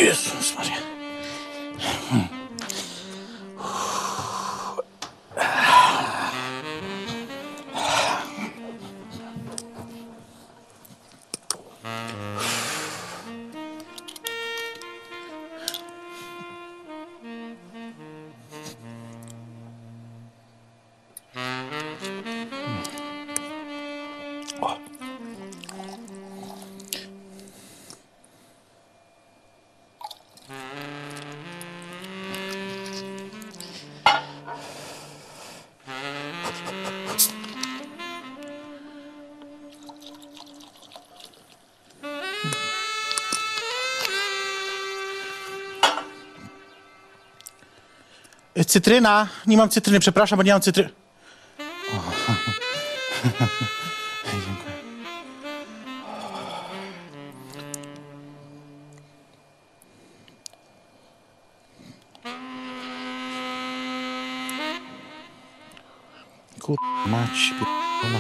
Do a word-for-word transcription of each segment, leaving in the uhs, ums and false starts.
Jezus Maria. Hmm. Cytryna. Nie mam cytryny, przepraszam, bo nie mam cytryny. Dziękuję. Kur... mać, p***ona.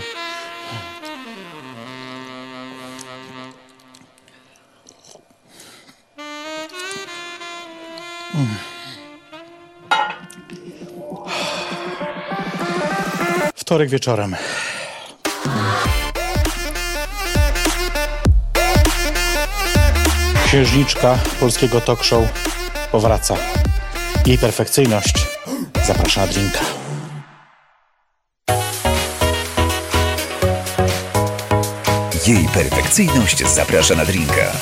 Mm. Wtorek wieczorem. Księżniczka polskiego talk show powraca. Jej perfekcyjność zaprasza na drinka. Jej perfekcyjność zaprasza na drinka.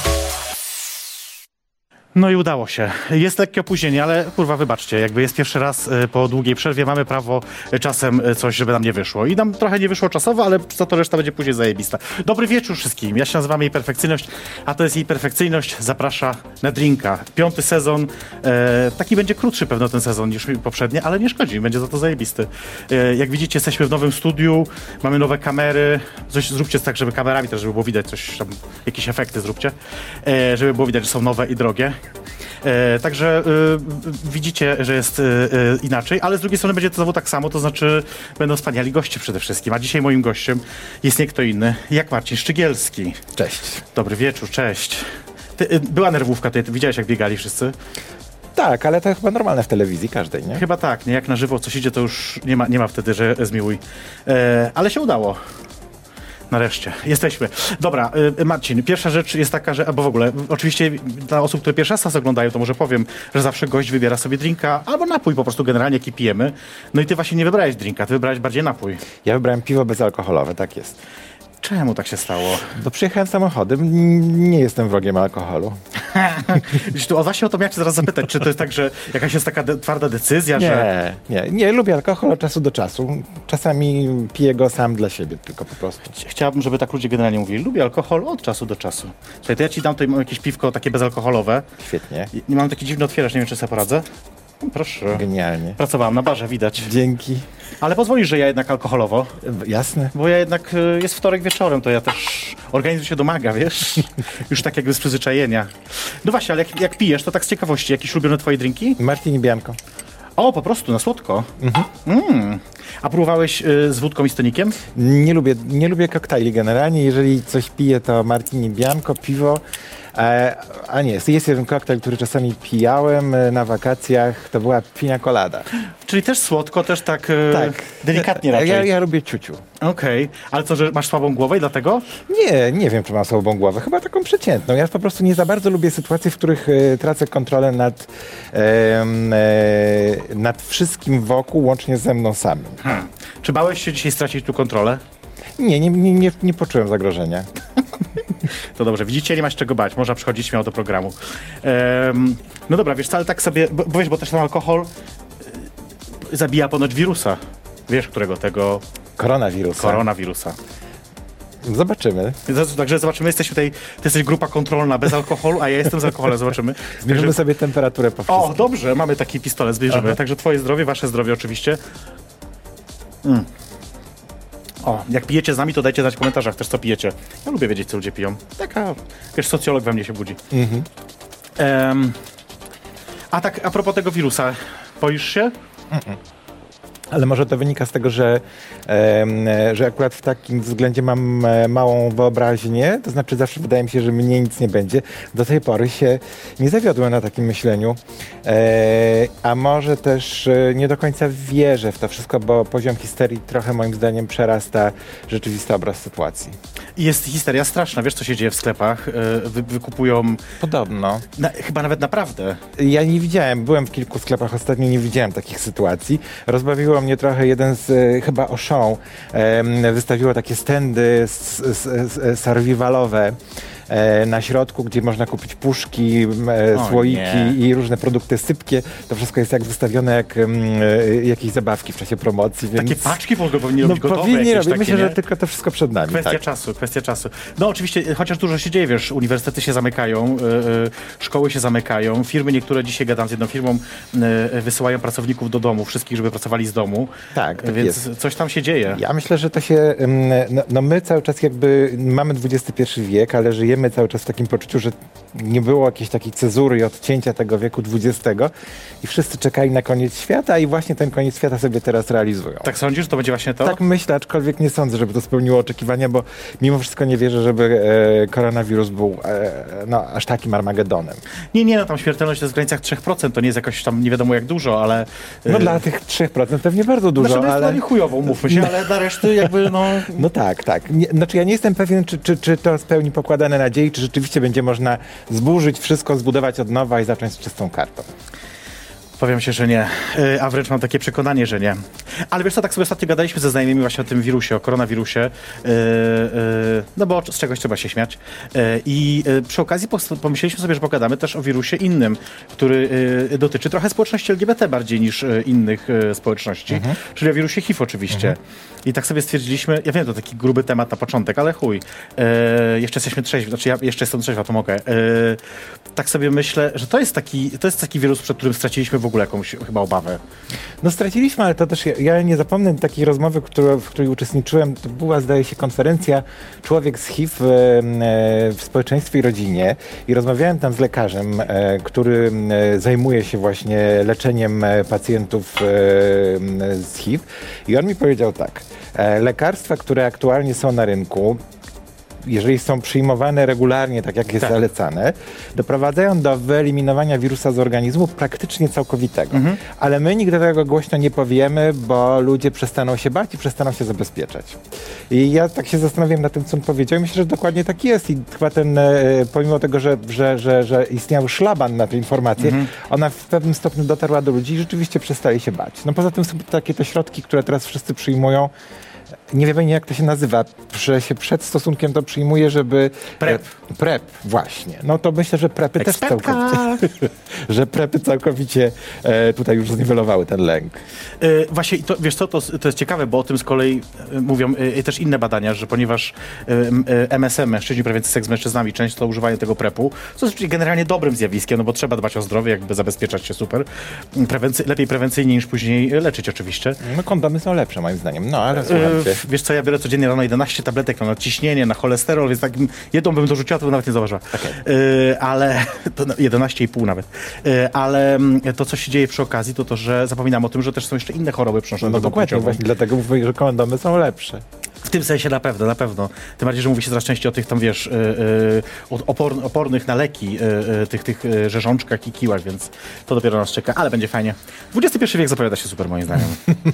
No i udało się. Jest lekkie opóźnienie, ale kurwa wybaczcie, jakby jest pierwszy raz y, po długiej przerwie, mamy prawo y, czasem y, coś, żeby nam nie wyszło. I nam trochę nie wyszło czasowo, ale za to reszta będzie później zajebista. Dobry wieczór wszystkim. Ja się nazywam Jej Perfekcyjność, a to jest Jej Perfekcyjność zaprasza na drinka. Piąty sezon. E, taki będzie krótszy pewno ten sezon niż poprzednie, ale nie szkodzi, będzie za to zajebisty. E, jak widzicie, jesteśmy w nowym studiu, mamy nowe kamery. Coś zróbcie tak, żeby kamerami też, żeby było widać coś tam, jakieś efekty zróbcie, e, żeby było widać, że są nowe i drogie. E, także e, widzicie, że jest e, e, inaczej, ale z drugiej strony będzie to znowu tak samo, to znaczy będą wspaniali goście przede wszystkim, a dzisiaj moim gościem jest nie kto inny, jak Marcin Szczygielski. Cześć. Dobry wieczór, cześć. Ty, e, była nerwówka, ty, ty widziałeś jak biegali wszyscy? Tak, ale to chyba normalne w telewizji każdej, nie? Chyba tak, nie? Jak na żywo coś idzie, to już nie ma, nie ma wtedy, że zmiłuj. E, ale się udało. Nareszcie. Jesteśmy. Dobra, y, Marcin, pierwsza rzecz jest taka, że, albo w ogóle, oczywiście dla osób, które pierwszy raz nas oglądają, to może powiem, że zawsze gość wybiera sobie drinka albo napój po prostu generalnie, jaki pijemy. No i ty właśnie nie wybrałeś drinka, ty wybrałeś bardziej napój. Ja wybrałem piwo bezalkoholowe, tak jest. Czemu tak się stało? Bo przyjechałem samochodem, nie jestem wrogiem alkoholu. O, właśnie o to miałem cię zaraz zapytać, czy to jest tak, że jakaś jest taka de- twarda decyzja, nie, że... Nie, nie, lubię alkohol od czasu do czasu. Czasami piję go sam dla siebie, tylko po prostu. Chciałbym, żeby tak ludzie generalnie mówili, lubię alkohol od czasu do czasu. Słuchaj, to ja ci dam tutaj mam jakieś piwko takie bezalkoholowe. Świetnie. Nie mam taki dziwny otwieracz, nie wiem, czy sobie poradzę. Proszę. Genialnie. Pracowałem na barze, widać. Dzięki. Ale pozwolisz, że ja jednak alkoholowo? Jasne. Bo ja jednak, y, jest wtorek wieczorem, to ja też organizm się domaga, wiesz? Już tak jakby z przyzwyczajenia. No właśnie, ale jak, jak pijesz, to tak z ciekawości, jakieś ulubione twoje drinki? Martini Bianco. O, po prostu, na słodko. Mhm. Mm. A próbowałeś y, z wódką i z tonikiem? Nie lubię, nie lubię koktajli generalnie. Jeżeli coś piję, to Martini Bianco, piwo. E, a nie, jest jeden koktajl, który czasami pijałem e, na wakacjach, to była pina colada. Czyli też słodko, też tak, y, Tak. delikatnie raczej. Ja, ja lubię ciuciu. Okej, okay. Ale co, że masz słabą głowę i dlatego? Nie, nie wiem, czy mam słabą głowę. Chyba taką przeciętną. Ja po prostu nie za bardzo lubię sytuacje, w których e, tracę kontrolę nad, e, e, nad wszystkim wokół, łącznie ze mną samym. Hmm. Czy bałeś się dzisiaj stracić tu kontrolę? Nie, nie, nie, nie, nie poczułem zagrożenia. To dobrze, widzicie, nie ma się czego bać, można przychodzić śmiało do programu. Um, no dobra, wiesz co, ale tak sobie, bo, bo wiesz, bo też ten alkohol y, zabija ponoć wirusa. Wiesz, którego tego... Koronawirusa. Koronawirusa. Zobaczymy. Także zobaczymy, jesteśmy tutaj, ty jesteś grupa kontrolna bez alkoholu, a ja jestem z alkoholem, zobaczymy. Zmierzymy Także... sobie temperaturę po wszystkim. O, dobrze, mamy taki pistolet, zbierzemy. Aha. Także twoje zdrowie, wasze zdrowie oczywiście. Mm. O, jak pijecie z nami, to dajcie znać w komentarzach też, co pijecie. Ja lubię wiedzieć, co ludzie piją. Taka, wiesz, socjolog we mnie się budzi. Mhm. Um, a tak, a propos tego wirusa, boisz się? Mhm. Ale może to wynika z tego, że, em, że akurat w takim względzie mam e, małą wyobraźnię, to znaczy zawsze wydaje mi się, że mnie nic nie będzie. Do tej pory się nie zawiodłem na takim myśleniu, e, a może też e, nie do końca wierzę w to wszystko, bo poziom histerii trochę moim zdaniem przerasta rzeczywisty obraz sytuacji. I jest histeria straszna, wiesz co się dzieje w sklepach, yy, wy, wykupują, Podobno. na, chyba nawet naprawdę. Ja nie widziałem, byłem w kilku sklepach ostatnio, nie widziałem takich sytuacji. Rozbawiło mnie trochę jeden z, e, chyba Auchan, e, wystawiło takie stędy s, s, s, survivalowe e, na środku, gdzie można kupić puszki, e, O słoiki nie. i różne produkty sypkie. To wszystko jest jak wystawione jak em, e, jakieś zabawki w czasie promocji. Więc... Takie paczki w ogóle powinni no, robić gotowe powinni jakieś robić. takie, Myślę, nie? że tylko to wszystko przed nami. Kwestia tak. czasu, kwestia czasu. No oczywiście, chociaż dużo się dzieje, wiesz, uniwersytety się zamykają, y, y, szkoły się zamykają, firmy niektóre, dzisiaj gadam z jedną firmą, y, wysyłają pracowników do domu, wszystkich, żeby pracowali z domu. Tak, tak Więc jest. coś tam się dzieje. Ja myślę, że to się, ym, no, no my cały czas jakby mamy dwudziesty pierwszy wiek, ale żyjemy cały czas w takim poczuciu, że nie było jakiejś takiej cezury i odcięcia tego wieku dwudziestego i wszyscy czekali na koniec świata i właśnie ten koniec świata sobie teraz realizują. Tak sądzisz, że to będzie właśnie to? Tak myślę, aczkolwiek nie sądzę, żeby to spełniło oczekiwania, bo mimo wszystko nie wierzę, żeby e, koronawirus był e, no, aż takim Armagedonem. Nie, nie, no tam śmiertelność to jest w granicach trzy procent, to nie jest jakoś tam nie wiadomo jak dużo, ale... No y, dla tych trzy procent pewnie bardzo dużo, Znaczy, ale... ale... jest chujowo, umówmy się, ale dla reszty jakby no... No tak, tak. Nie, znaczy ja nie jestem pewien, czy, czy, czy to spełni pokładane nadziei, czy rzeczywiście będzie można zburzyć wszystko, zbudować od nowa i zacząć z czystą kartą. Powiem się, że nie, Yy, a wręcz mam takie przekonanie, że nie. Ale wiesz co, tak sobie ostatnio gadaliśmy ze znajomymi właśnie o tym wirusie, o koronawirusie, yy, yy, no bo z czegoś trzeba się śmiać. Yy, I yy, przy okazji pos- pomyśleliśmy sobie, że pogadamy też o wirusie innym, który yy, dotyczy trochę społeczności L G B T bardziej niż yy, innych yy, społeczności, Mhm. czyli o wirusie H I V oczywiście. Mhm. I tak sobie stwierdziliśmy, ja wiem, to taki gruby temat na początek, ale chuj, yy, jeszcze jesteśmy trzeźwi, znaczy ja jeszcze jestem trzeźwa, to mogę. Yy, tak sobie myślę, że to jest taki, to jest taki wirus, przed którym straciliśmy w ogóle jakąś chyba obawę. No straciliśmy, ale to też ja, ja nie zapomnę takiej rozmowy, która, w której uczestniczyłem. To była, zdaje się, konferencja Człowiek z H I V e, w społeczeństwie i rodzinie i rozmawiałem tam z lekarzem, e, który e, zajmuje się właśnie leczeniem e, pacjentów e, z H I V i on mi powiedział tak, e, lekarstwa, które aktualnie są na rynku, jeżeli są przyjmowane regularnie, tak jak jest Tak. zalecane, doprowadzają do wyeliminowania wirusa z organizmu praktycznie całkowitego. Mhm. Ale my nigdy tego głośno nie powiemy, bo ludzie przestaną się bać i przestaną się zabezpieczać. I ja tak się zastanawiam nad tym, co on powiedział. Myślę, że dokładnie tak jest. I chyba ten, e, pomimo tego, że, że, że, że istniał szlaban na tę informację, Mhm. ona w pewnym stopniu dotarła do ludzi i rzeczywiście przestali się bać. No poza tym są takie te środki, które teraz wszyscy przyjmują. Nie wiem, jak to się nazywa, że się przed stosunkiem to przyjmuje, żeby... Prep. E, Prep, właśnie. No to myślę, że prepy Ekspertka. też całkowicie... że prepy całkowicie e, tutaj już zniwelowały ten lęk. Yy, właśnie, to, wiesz co, to, to jest ciekawe, bo o tym z kolei yy, mówią yy, też inne badania, że ponieważ yy, yy, M S M, mężczyźni prawiący seks z mężczyznami, często używają tego prepu, co jest generalnie dobrym zjawiskiem, no bo trzeba dbać o zdrowie, jakby zabezpieczać się super. Prewency- lepiej prewencyjnie niż później leczyć oczywiście. No kondomy są lepsze moim zdaniem, no ale słucham cię. Yy, wiesz co, ja biorę codziennie rano jedenaście tabletek na nadciśnienie, na cholesterol, więc takim jedną bym dorzuciła, to bym nawet nie zauważyła. Yy, ale to na- jedenaście i pół nawet. Yy, ale mm, to, co się dzieje przy okazji, to to, że zapominam o tym, że też są jeszcze inne choroby przenoszone No drogą dokładnie, płciową. właśnie dlatego mówię, że kondomy są lepsze. W tym sensie na pewno, na pewno. Tym bardziej, że mówi się coraz częściej o tych tam, wiesz, yy, yy, opor, opornych na leki, yy, yy, tych, tych yy, rzeżączkach i kiłach, więc to dopiero nas czeka, ale będzie fajnie. dwudziesty pierwszy wiek zapowiada się super, moim zdaniem.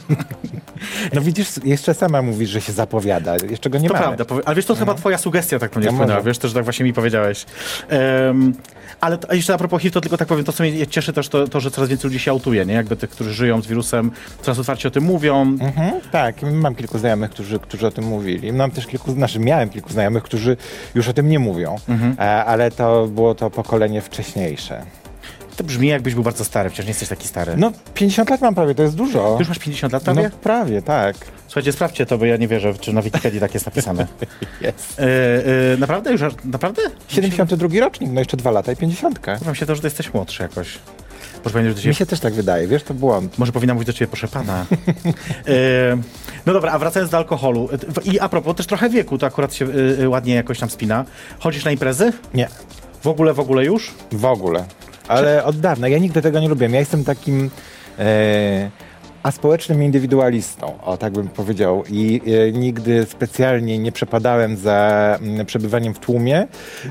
No widzisz, jeszcze sama mówisz, że się zapowiada, jeszcze go nie To mamy. prawda, powie- ale wiesz, to chyba twoja sugestia tak to nie No wpłynęła, może. wiesz, też tak właśnie mi powiedziałeś. Um, ale to, a jeszcze a propos H I V, to tylko tak powiem, to co mnie cieszy też to, to, że coraz więcej ludzi się autuje, nie? Jakby tych, którzy żyją z wirusem, coraz otwarcie o tym mówią. Mhm, tak, mam kilku znajomych, którzy, którzy o tym mówili. Mam też kilku, znaczy miałem kilku znajomych, którzy już o tym nie mówią, Mhm. e, ale to było to pokolenie wcześniejsze. To brzmi jakbyś był bardzo stary, przecież nie jesteś taki stary. No pięćdziesiąt lat mam prawie, to jest dużo. Już masz pięćdziesiąt lat prawie? No prawie, tak. Słuchajcie, sprawdźcie to, bo ja nie wierzę, czy na Wikipedii tak jest napisane. Jest. E, e, naprawdę? Już, naprawdę? siedemdziesiąty drugi rocznik, no jeszcze dwa lata i pięćdziesiątka. Wam się to, że ty jesteś młodszy jakoś. Może powinieneś do ciebie... Mi się też tak wydaje, wiesz, to błąd. Może powinnam mówić do ciebie, proszę pana. e, no dobra, a wracając do alkoholu. E, I a propos też trochę wieku, to akurat się e, ładnie jakoś tam spina. Chodzisz na imprezy? Nie, W ogóle, w ogóle już? w ogóle. Ale od dawna, ja nigdy tego nie lubiłem. Ja jestem takim... E, a społecznym indywidualistą, o tak bym powiedział. I e, nigdy specjalnie nie przepadałem za m, przebywaniem w tłumie.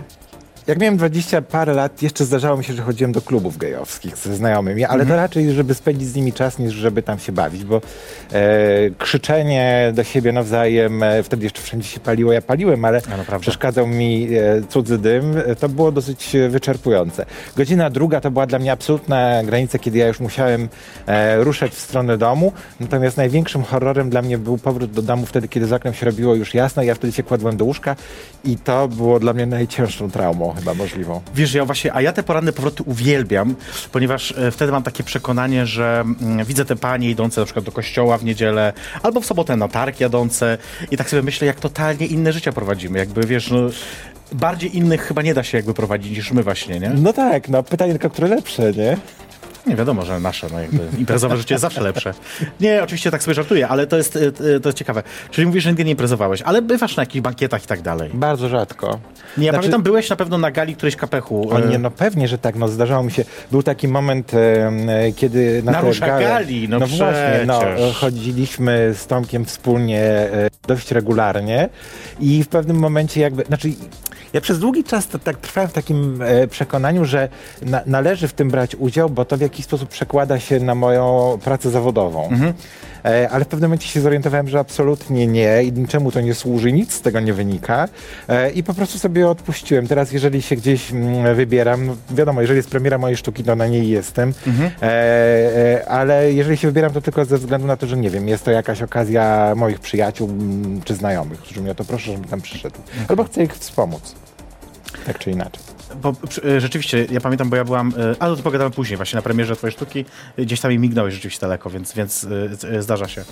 Jak miałem dwadzieścia parę lat, jeszcze zdarzało mi się, że chodziłem do klubów gejowskich ze znajomymi, ale to raczej, żeby spędzić z nimi czas, niż żeby tam się bawić, bo e, krzyczenie do siebie nawzajem, e, wtedy jeszcze wszędzie się paliło, ja paliłem, ale A, naprawdę. przeszkadzał mi e, cudzy dym, e, to było dosyć e, wyczerpujące. Godzina druga to była dla mnie absolutna granica, kiedy ja już musiałem e, ruszać w stronę domu, natomiast największym horrorem dla mnie był powrót do domu wtedy, kiedy za oknem się robiło już jasno, ja wtedy się kładłem do łóżka i to było dla mnie najcięższą traumą chyba możliwą. Wiesz, ja właśnie, a ja te poranne powroty uwielbiam, ponieważ e, wtedy mam takie przekonanie, że mm, widzę te panie idące na przykład do kościoła w niedzielę, albo w sobotę na targ jadące i tak sobie myślę, jak totalnie inne życie prowadzimy. Jakby, wiesz, no, bardziej innych chyba nie da się jakby prowadzić niż my właśnie, nie? No tak, no pytanie tylko, które lepsze, nie? Nie wiadomo, że nasze, no jakby imprezowe życie jest zawsze lepsze. Nie, oczywiście tak sobie żartuję, ale to jest, e, to jest ciekawe. Czyli mówisz, że nigdy nie imprezowałeś, ale bywasz na jakichś bankietach i tak dalej. Bardzo rzadko. Nie, ja Znaczy- pamiętam, byłeś na pewno na gali którejś kapechu. O e, nie, no pewnie, że tak, no zdarzało mi się. Był taki moment, e, e, kiedy na, Na te Róża gale, Gali, no właśnie, no, przecież. chodziliśmy z Tomkiem wspólnie e, dość regularnie i w pewnym momencie jakby, znaczy ja przez długi czas to, tak trwałem w takim e, przekonaniu, że na, należy w tym brać udział, bo to w jakiś sposób przekłada się na moją pracę zawodową. E, ale w pewnym momencie się zorientowałem, że absolutnie nie i niczemu to nie służy, nic z tego nie wynika e, i po prostu sobie odpuściłem. Teraz jeżeli się gdzieś mm, wybieram, no, wiadomo, jeżeli jest premiera mojej sztuki, to na niej jestem, e, e, ale jeżeli się wybieram, to tylko ze względu na to, że nie wiem, jest to jakaś okazja moich przyjaciół mm, czy znajomych, którzy mnie o to proszę, żebym tam przyszedł. Albo chcę ich wspomóc. Tak czy inaczej. Bo przy- e, rzeczywiście, ja pamiętam, bo ja byłam, e, ale to pogadamy później, właśnie na premierze twojej sztuki, e, gdzieś tam mi mignąłeś rzeczywiście daleko, więc, więc e, e, zdarza się.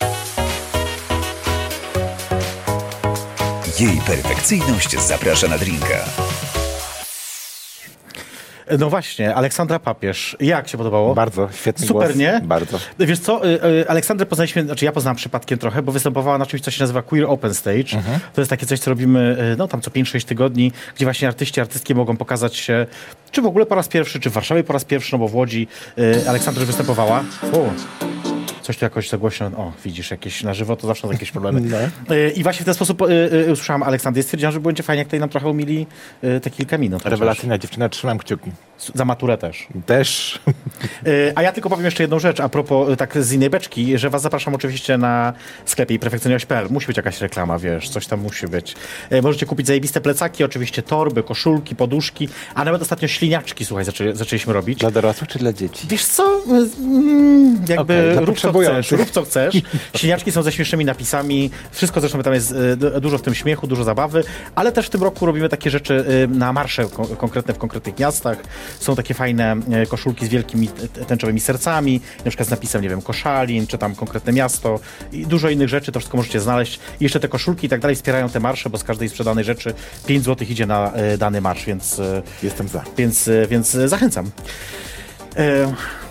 Jej perfekcyjność zaprasza na drinka. E, No właśnie, Aleksandra Papież, jak się podobało? Bardzo świetny Super, głos. nie? Bardzo. Wiesz co, y, y, Aleksandrę poznaliśmy, znaczy ja poznałam przypadkiem trochę, bo występowała na czymś, co się nazywa Queer Open Stage. To jest takie coś, co robimy y, no tam co pięć sześć tygodni, gdzie właśnie artyści, artystki mogą pokazać się, czy w ogóle po raz pierwszy, czy w Warszawie po raz pierwszy, no bo w Łodzi y, Aleksandra już występowała. U. Coś tu jakoś za głośno, o widzisz, jakieś na żywo, to zawsze są jakieś problemy. No. Y, I właśnie w ten sposób y, y, usłyszałam Aleksandrę i stwierdziłam, że będzie fajnie, jak tutaj nam trochę umili y, te kilka minut. chociaż. Rewelacyjna dziewczyna, trzymam kciuki. Za maturę też. Też. Y, A ja tylko powiem jeszcze jedną rzecz a propos y, tak z innej beczki, że was zapraszam oczywiście na sklepie i perfekcyjność kropka p l. Musi być jakaś reklama, wiesz, coś tam musi być. Y, Możecie kupić zajebiste plecaki, oczywiście torby, koszulki, poduszki, a nawet ostatnio śliniaczki, słuchaj, zaczę, zaczęliśmy robić. Dla dorosłych czy dla dzieci? Wiesz co, y, mm, jakby Okej, dla rób co chcesz, potrzebujących. rób co chcesz. Śliniaczki są ze śmiesznymi napisami, wszystko zresztą tam jest y, du- dużo w tym śmiechu, dużo zabawy, ale też w tym roku robimy takie rzeczy y, na marsze ko- konkretne w konkretnych miastach. Są takie fajne y, koszulki z wielkimi t- tęczowymi sercami, na przykład z napisem, nie wiem, Koszalin, czy tam konkretne miasto i dużo innych rzeczy, to wszystko możecie znaleźć. I jeszcze te koszulki i tak dalej wspierają te marsze, bo z każdej sprzedanej rzeczy pięć złotych idzie na y, dany marsz, więc, y, Jestem za. więc, y, więc y, zachęcam. Y,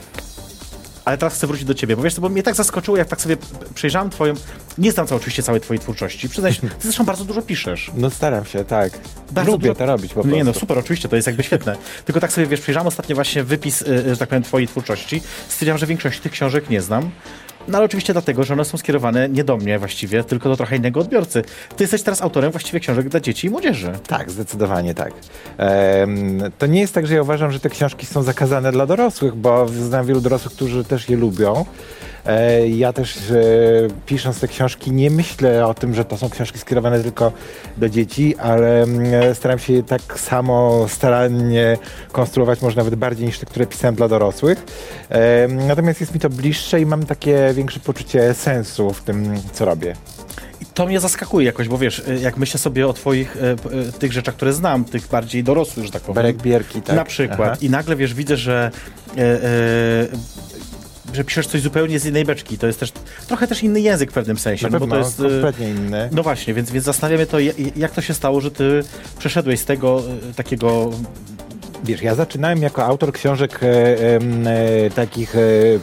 Ale teraz chcę wrócić do ciebie, bo wiesz, co, bo mnie tak zaskoczyło, jak tak sobie p- przejrzałem twoją... Nie znam co, oczywiście całej twojej twórczości. Przyznaj się, ty zresztą bardzo dużo piszesz. No staram się, tak. Bardzo Lubię dużo- to robić po prostu. Nie no, super, oczywiście, to jest jakby świetne. Tylko tak sobie, wiesz, przejrzałem ostatnio właśnie wypis, y, y, że tak powiem, twojej twórczości. Stwierdziłam, że większość tych książek nie znam. No ale oczywiście dlatego, że one są skierowane nie do mnie właściwie, tylko do trochę innego odbiorcy. Ty jesteś teraz autorem właściwie książek dla dzieci i młodzieży. Tak, zdecydowanie tak. Em, to nie jest tak, że ja uważam, że te książki są zakazane dla dorosłych, bo znam wielu dorosłych, którzy też je lubią. E, ja też e, pisząc te książki nie myślę o tym, że to są książki skierowane tylko do dzieci, ale mm, staram się je tak samo starannie konstruować, może nawet bardziej niż te, które pisałem dla dorosłych. E, natomiast jest mi to bliższe i mam takie większe poczucie sensu w tym, co robię. I to mnie zaskakuje jakoś, bo wiesz, y, jak myślę sobie o twoich, y, p- y, tych rzeczach, które znam, tych bardziej dorosłych, że tak powiem. Berek Bierki, tak. Na przykład. Aha. I nagle, wiesz, widzę, że, e, e, że piszesz coś zupełnie z innej beczki. To jest też trochę też inny język w pewnym sensie. Na No, bo pewno, to jest, e, kompletnie inny. no właśnie, więc, więc zastanawia mnie to, ja- jak to się stało, że ty przeszedłeś z tego e, takiego Wiesz, ja zaczynałem jako autor książek e, e, takich e,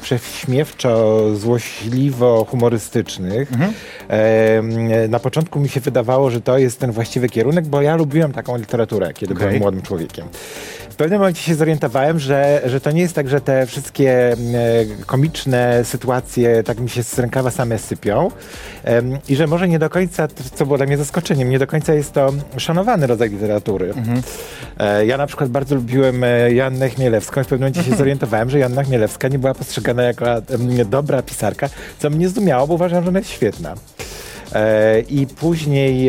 prześmiewczo-złośliwo-humorystycznych. Mhm. E, na początku mi się wydawało, że to jest ten właściwy kierunek, bo ja lubiłem taką literaturę, kiedy okay. byłem młodym człowiekiem. W pewnym momencie się zorientowałem, że, że to nie jest tak, że te wszystkie e, komiczne sytuacje tak mi się z rękawa same sypią e, i że może nie do końca, co było dla mnie zaskoczeniem, nie do końca jest to szanowany rodzaj literatury. Mhm. E, ja na przykład bardzo lubiłem Joannę Chmielewską i w pewnym momencie się zorientowałem, że Joanna Chmielewska nie była postrzegana jako e, dobra pisarka, co mnie zdumiało, bo uważam, że ona jest świetna. I później,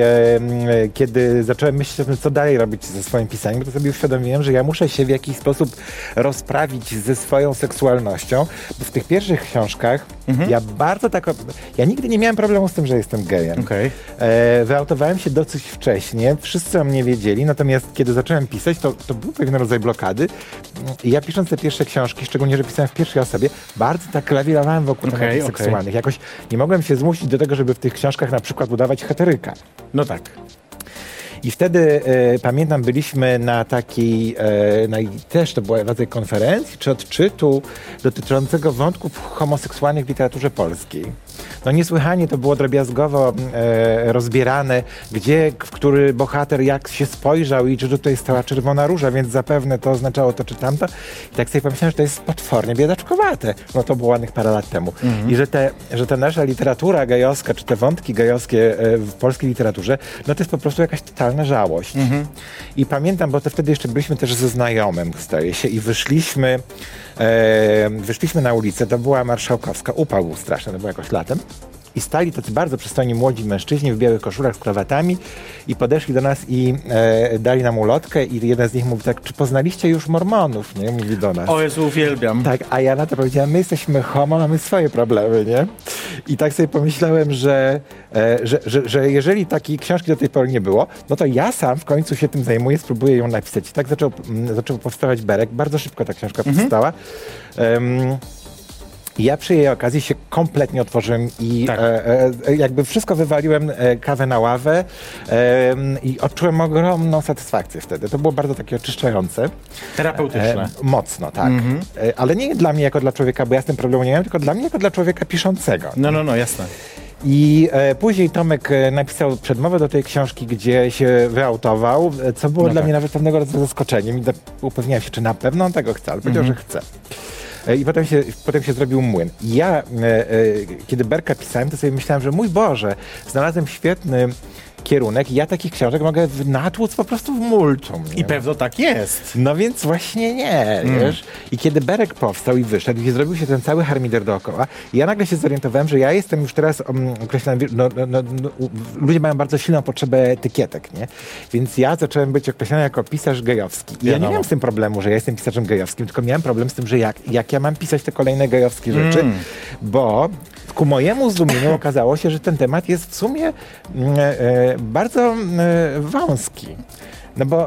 kiedy zacząłem myśleć o tym, co dalej robić ze swoim pisaniem, to sobie uświadomiłem, że ja muszę się w jakiś sposób rozprawić ze swoją seksualnością, bo w tych pierwszych książkach mhm. ja bardzo tak... Ja nigdy nie miałem problemu z tym, że jestem gejem. Okay. Wyautowałem się dosyć wcześnie, wszyscy o mnie wiedzieli, natomiast kiedy zacząłem pisać, to, to był pewien rodzaj blokady i ja pisząc te pierwsze książki, szczególnie, że pisałem w pierwszej osobie, bardzo tak lawirowałem wokół okay, tematów okay. seksualnych. Jakoś nie mogłem się zmusić do tego, żeby w tych książkach na przykład udawać heteryka. No tak. I wtedy e, pamiętam, byliśmy na takiej, e, na, też to była rodzaj konferencji czy odczytu dotyczącego wątków homoseksualnych w literaturze polskiej. No niesłychanie to było drobiazgowo e, rozbierane, gdzie, w który bohater jak się spojrzał i czy tutaj stała czerwona róża, więc zapewne to oznaczało to czy tamto. I tak sobie pomyślałem, że to jest potwornie biedaczkowate. No to było ładnych parę lat temu. Mhm. I że, te, że ta nasza literatura gejowska, czy te wątki gejowskie e, w polskiej literaturze, no to jest po prostu jakaś totalna żałość. Mhm. I pamiętam, bo to wtedy jeszcze byliśmy też ze znajomym, zdaje się, i wyszliśmy e, wyszliśmy na ulicę, to była Marszałkowska, upał był straszny, to było jakoś latem. I stali tacy bardzo przystojni młodzi mężczyźni w białych koszulach z krawatami i podeszli do nas i e, dali nam ulotkę i jeden z nich mówi tak, czy poznaliście już Mormonów, nie? Mówi do nas. O Jezu, uwielbiam. Tak, a ja na to powiedziałem, my jesteśmy homo, mamy swoje problemy, nie? I tak sobie pomyślałem, że, e, że, że, że jeżeli takiej książki do tej pory nie było, no to ja sam w końcu się tym zajmuję, spróbuję ją napisać. I tak zaczął, m, zaczął powstawać Berek. Bardzo szybko ta książka mhm. powstała. Um, Ja przy jej okazji się kompletnie otworzyłem i tak. e, e, jakby wszystko wywaliłem, e, kawę na ławę e, i odczułem ogromną satysfakcję wtedy. To było bardzo takie oczyszczające. Terapeutyczne. E, mocno, tak. Mm-hmm. E, ale nie dla mnie jako dla człowieka, bo ja z tym problemu nie miałem, tylko dla mnie jako dla człowieka piszącego. No, no, no, jasne. I e, później Tomek e, napisał przedmowę do tej książki, gdzie się wyautował, co było no dla tak. mnie nawet pewnego rodzaju zaskoczeniem. I da, upewniałem się, czy na pewno on tego chce, ale powiedział, mm-hmm. że chce. I potem się, potem się zrobił młyn. I ja, e, e, kiedy Berka pisałem, to sobie myślałem, że mój Boże, znalazłem świetny kierunek i ja takich książek mogę natłuc po prostu w multum. I pewno tak jest. No więc właśnie nie, mm. wiesz. I kiedy Berek powstał i wyszedł i zrobił się ten cały harmider dookoła, ja nagle się zorientowałem, że ja jestem już teraz um, określany, no, no, no, no, ludzie mają bardzo silną potrzebę etykietek, nie? Więc ja zacząłem być określany jako pisarz gejowski. I ja, ja nie miałem z tym problemu, że ja jestem pisarzem gejowskim, tylko miałem problem z tym, że jak, jak ja mam pisać te kolejne gejowskie rzeczy, mm. bo ku mojemu zdumieniu okazało się, że ten temat jest w sumie e, e, bardzo e, wąski. No bo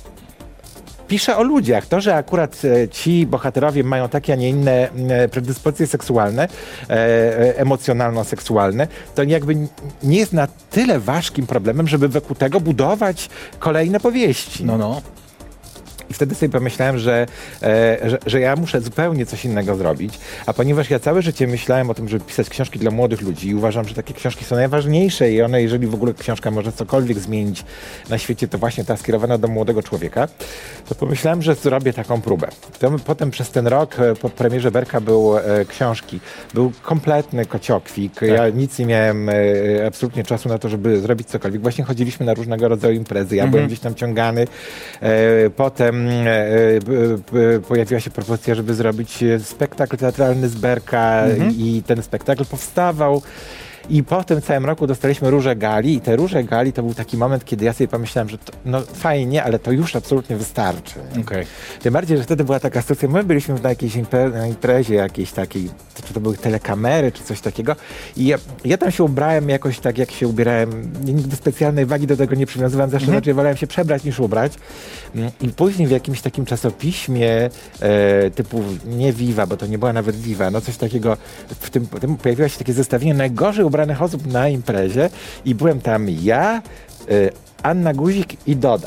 piszę o ludziach. To, że akurat e, ci bohaterowie mają takie, a nie inne e, predyspozycje seksualne, e, emocjonalno-seksualne, to jakby nie jest na tyle ważkim problemem, żeby wokół tego budować kolejne powieści. No, no. I wtedy sobie pomyślałem, że, e, że, że ja muszę zupełnie coś innego zrobić, a ponieważ ja całe życie myślałem o tym, żeby pisać książki dla młodych ludzi i uważam, że takie książki są najważniejsze i one, jeżeli w ogóle książka może cokolwiek zmienić na świecie, to właśnie ta skierowana do młodego człowieka, to pomyślałem, że zrobię taką próbę. To potem przez ten rok po premierze Berka był e, książki, był kompletny kociokwik, tak. Ja nic nie miałem e, absolutnie czasu na to, żeby zrobić cokolwiek. Właśnie chodziliśmy na różnego rodzaju imprezy, ja mhm. byłem gdzieś tam ciągany, e, potem pojawiła się propozycja, żeby zrobić spektakl teatralny z Berka mhm. i ten spektakl powstawał. I po tym całym roku dostaliśmy Róże Gali i te Róże Gali to był taki moment, kiedy ja sobie pomyślałem, że to, no fajnie, ale to już absolutnie wystarczy. Okay. Tym bardziej, że wtedy była taka sytuacja, my byliśmy na jakiejś impre- na imprezie jakiejś takiej, czy to były telekamery, czy coś takiego i ja, ja tam się ubrałem jakoś tak, jak się ubierałem. Nigdy specjalnej wagi do tego nie przywiązywałem, zawsze mm-hmm. raczej wolałem się przebrać niż ubrać. I później w jakimś takim czasopiśmie e, typu nie Viva, bo to nie była nawet Viva, no coś takiego, w tym, w tym pojawiło się takie zestawienie najgorzej ubranych osób na imprezie i byłem tam ja, y, Anna Guzik i Doda.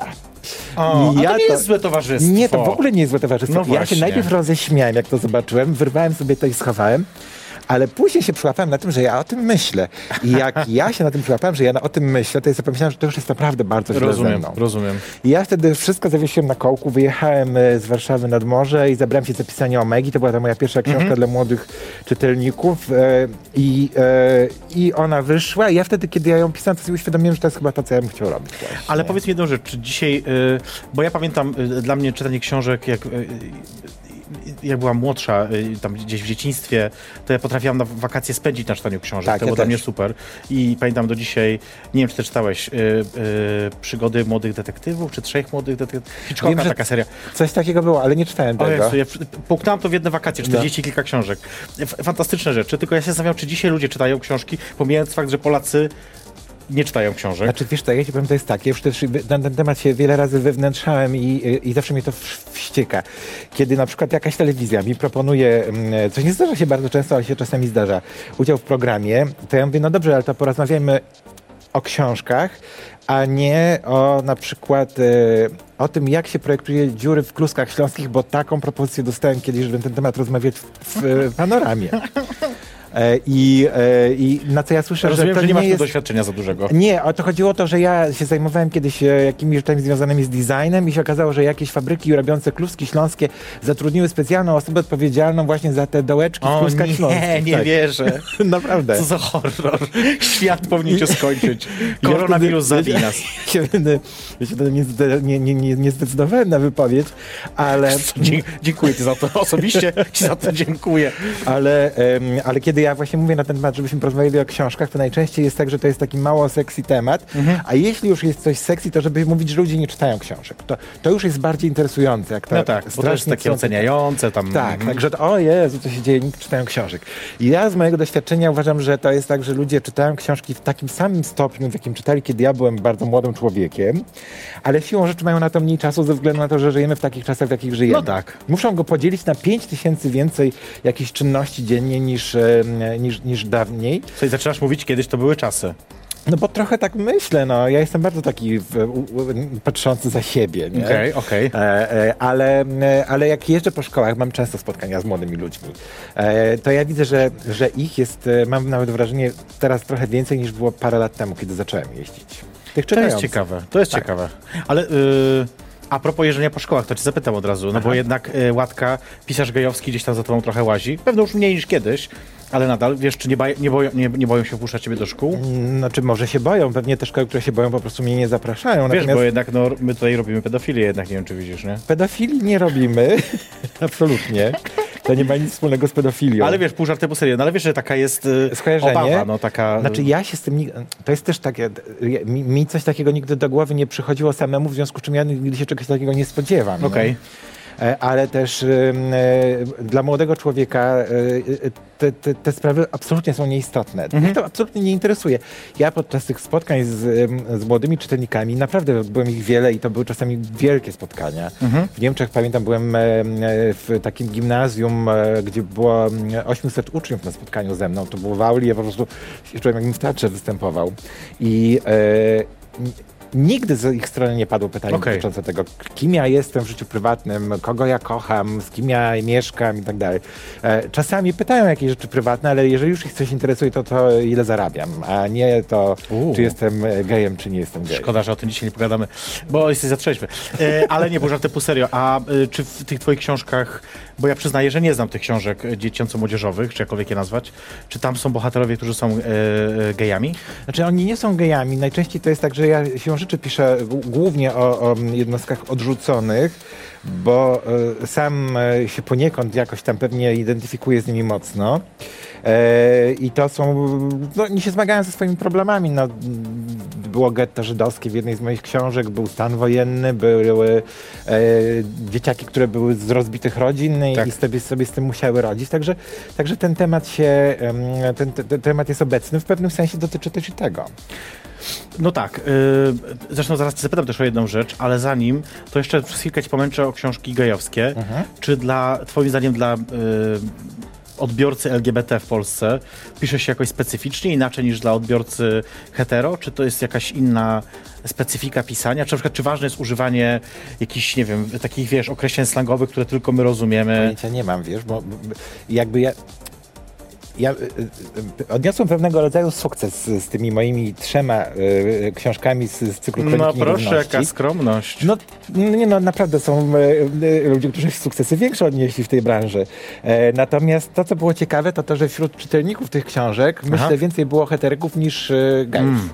O, I a ja to nie jest złe towarzystwo. Nie, to w ogóle nie jest złe towarzystwo. No ja się właśnie. najpierw roześmiałem, jak to zobaczyłem, wyrwałem sobie to i schowałem. Ale później się przyłapałem na tym, że ja o tym myślę. I jak ja się na tym przyłapałem, że ja na, o tym myślę, to ja sobie pomyślałem, że to już jest naprawdę bardzo źle ze Rozumiem, mną. rozumiem. I ja wtedy wszystko zawiesiłem na kołku, wyjechałem e, z Warszawy nad morze i zabrałem się za pisanie Omegi. To była ta moja pierwsza książka Mhm. dla młodych czytelników. E, i, e, I ona wyszła i ja wtedy, kiedy ja ją pisałem, to sobie uświadomiłem, że to jest chyba to, co ja bym chciał robić. Właśnie. Ale powiedz mi jedną rzecz, czy dzisiaj, y, bo ja pamiętam y, dla mnie czytanie książek, jak, y, y, jak byłam młodsza, y, tam gdzieś w dzieciństwie, to ja potrafiłam na wakacje spędzić na czytaniu książek. Tak, to ja było dla też. mnie super. I pamiętam do dzisiaj, nie wiem, czy ty czytałeś, y, y, Przygody młodych detektywów, czy Trzech młodych detektywów. Hitchcocka, Wiem, że taka seria. Coś takiego było, ale nie czytałem O tego. Jezu, ja połknąłem to w jedne wakacje, czterdzieści No. kilka książek. F- Fantastyczne rzeczy, tylko ja się zastanawiam, czy dzisiaj ludzie czytają książki, pomijając fakt, że Polacy nie czytają książek. Znaczy, wiesz co, ja ci powiem, to jest tak, ja już też na ten temat się wiele razy wewnętrzałem i, i zawsze mnie to w- wścieka. Kiedy na przykład jakaś telewizja mi proponuje, mm, coś nie zdarza się bardzo często, ale się czasami zdarza, udział w programie, to ja mówię, no dobrze, ale to porozmawiajmy o książkach, a nie o na przykład e, o tym, jak się projektuje dziury w Kluskach Śląskich, bo taką propozycję dostałem kiedyś, żeby na ten temat rozmawiać w, w Panoramie. E, I, e, I na co ja słyszę, Rozumiem, że to że nie masz tu jest... doświadczenia za dużego. Nie, o to chodziło o to, że ja się zajmowałem kiedyś e, jakimiś rzeczami związanymi z designem i się okazało, że jakieś fabryki robiące kluski śląskie zatrudniły specjalną osobę odpowiedzialną właśnie za te dołeczki w O kluskach nie, śląskich. nie Tak. wierzę. Naprawdę. Co za horror. Świat powinien się skończyć. Ja Koronawirus wtedy- zabij nas. Ja się wtedy, ja się wtedy nie, zde- nie, nie, nie, nie zdecydowałem na wypowiedź, ale... Dzie- dziękuję ci za to. Osobiście ci za to dziękuję. Ale, em, ale kiedy ja właśnie mówię na ten temat, żebyśmy porozmawiali o książkach, to najczęściej jest tak, że to jest taki mało sexy temat, Mhm. a jeśli już jest coś sexy, to żeby mówić, że ludzie nie czytają książek. To, to już jest bardziej interesujące. Jak to No tak, bo to jest strasznie takie chcą- oceniające tam. Tak, Mhm. także to, o Jezu, co się dzieje, nikt czytają książek. I ja z mojego doświadczenia uważam, że to jest tak, że ludzie czytają książki w takim samym stopniu, w jakim czytali, kiedy ja byłem bardzo młodym człowiekiem, ale siłą rzeczy mają na to mniej czasu ze względu na to, że żyjemy w takich czasach, w jakich żyjemy. No tak. Muszą go podzielić na pięć tysięcy więcej jakichś czynności dziennie niż, e, niż, niż dawniej. Słuchaj, zaczynasz mówić, kiedyś to były czasy. No bo trochę tak myślę, no. Ja jestem bardzo taki w, u, u, patrzący za siebie, nie? Okej, okej. E, e, ale, e, ale jak jeżdżę po szkołach, mam często spotkania z młodymi ludźmi, e, to ja widzę, że, że ich jest, e, mam nawet wrażenie, teraz trochę więcej niż było parę lat temu, kiedy zacząłem jeździć. Tych To jest czytających. ciekawe, to jest Tak. ciekawe. Ale y, a propos jeżdżenia po szkołach, to cię zapytam od razu, no bo jednak y, Łatka, pisarz gejowski gdzieś tam za tobą trochę łazi. Pewno już mniej niż kiedyś, ale nadal, wiesz, czy nie, baj, nie, boją, nie, nie boją się wpuszczać ciebie do szkół? Znaczy może się boją, pewnie te szkoły, które się boją, po prostu mnie nie zapraszają. Wiesz, Natomiast bo jednak no, my tutaj robimy pedofilię jednak, nie wiem czy widzisz, nie? pedofilii nie robimy, absolutnie. To nie ma nic wspólnego z pedofilią. Ale wiesz, pół żartem, pół serio, no ale wiesz, że taka jest y, Skojarzenie? obawa, no taka... Znaczy ja się z tym, nig- to jest też takie, ja- mi, mi coś takiego nigdy do głowy nie przychodziło samemu, w związku z czym ja nigdy się czegoś takiego nie spodziewam. nie? Okej. E, Ale też em, e, dla młodego człowieka e, e, te, te, te sprawy absolutnie są nieistotne. Mhm. Mnie to absolutnie nie interesuje. Ja podczas tych spotkań z, em, z młodymi czytelnikami, naprawdę byłem ich wiele i to były czasami wielkie spotkania. Mhm. W Niemczech pamiętam, byłem em, e, w takim gimnazjum, e, gdzie było em, osiemset uczniów na spotkaniu ze mną. To było w auli, ja po prostu się czułem, jakbym w teatrze występował. I e, n- nigdy z ich strony nie padło pytanie Okej. dotyczące tego, kim ja jestem w życiu prywatnym, kogo ja kocham, z kim ja mieszkam i tak dalej. E, Czasami pytają jakieś rzeczy prywatne, ale jeżeli już ich coś interesuje, to to ile zarabiam, a nie to, Uuu. czy jestem e, gejem, czy nie jestem gejem. Szkoda, że o tym dzisiaj nie pogadamy, bo jesteś za trzeźwy. E, ale nie, bo żarty pół serio. A e, czy w tych twoich książkach, bo ja przyznaję, że nie znam tych książek e, dziecięco-młodzieżowych, czy jakkolwiek je nazwać, czy tam są bohaterowie, którzy są e, e, gejami? Znaczy oni nie są gejami. Najczęściej to jest tak, że ja siłą rzeczy piszę g- głównie o, o jednostkach odrzuconych, bo e, sam e, się poniekąd jakoś tam pewnie identyfikuję z nimi mocno. E, I to są, no oni się zmagają ze swoimi problemami. No, było getto żydowskie w jednej z moich książek, był stan wojenny, były e, dzieciaki, które były z rozbitych rodzin i- Tak. i sobie, sobie z tym musiały rodzić. Także, także ten temat się, em, ten, ten, ten temat jest obecny. W pewnym sensie dotyczy też i tego. No tak. Y, zresztą zaraz cię zapytam też o jedną rzecz, ale zanim, to jeszcze przez chwilkę ci pomęczę o książki gejowskie. Mhm. Czy dla, twoim zdaniem, dla y, odbiorcy L G B T w Polsce pisze się jakoś specyficznie, inaczej niż dla odbiorcy hetero? Czy to jest jakaś inna specyfika pisania? Czy na przykład, czy ważne jest używanie jakichś, nie wiem, takich, wiesz, określeń slangowych, które tylko my rozumiemy? Pojęcia nie mam, wiesz, bo bo jakby ja... Ja y, y, odniosłem pewnego rodzaju sukces z, z tymi moimi trzema y, książkami z, z cyklu Kroniki No proszę, Nierówności. jaka skromność. No, nie, no naprawdę są y, y, ludzie, którzy sukcesy większe odnieśli w tej branży. E, natomiast to, co było ciekawe, to to, że wśród czytelników tych książek, Aha. myślę, więcej było heteryków niż y, gejów. Mm.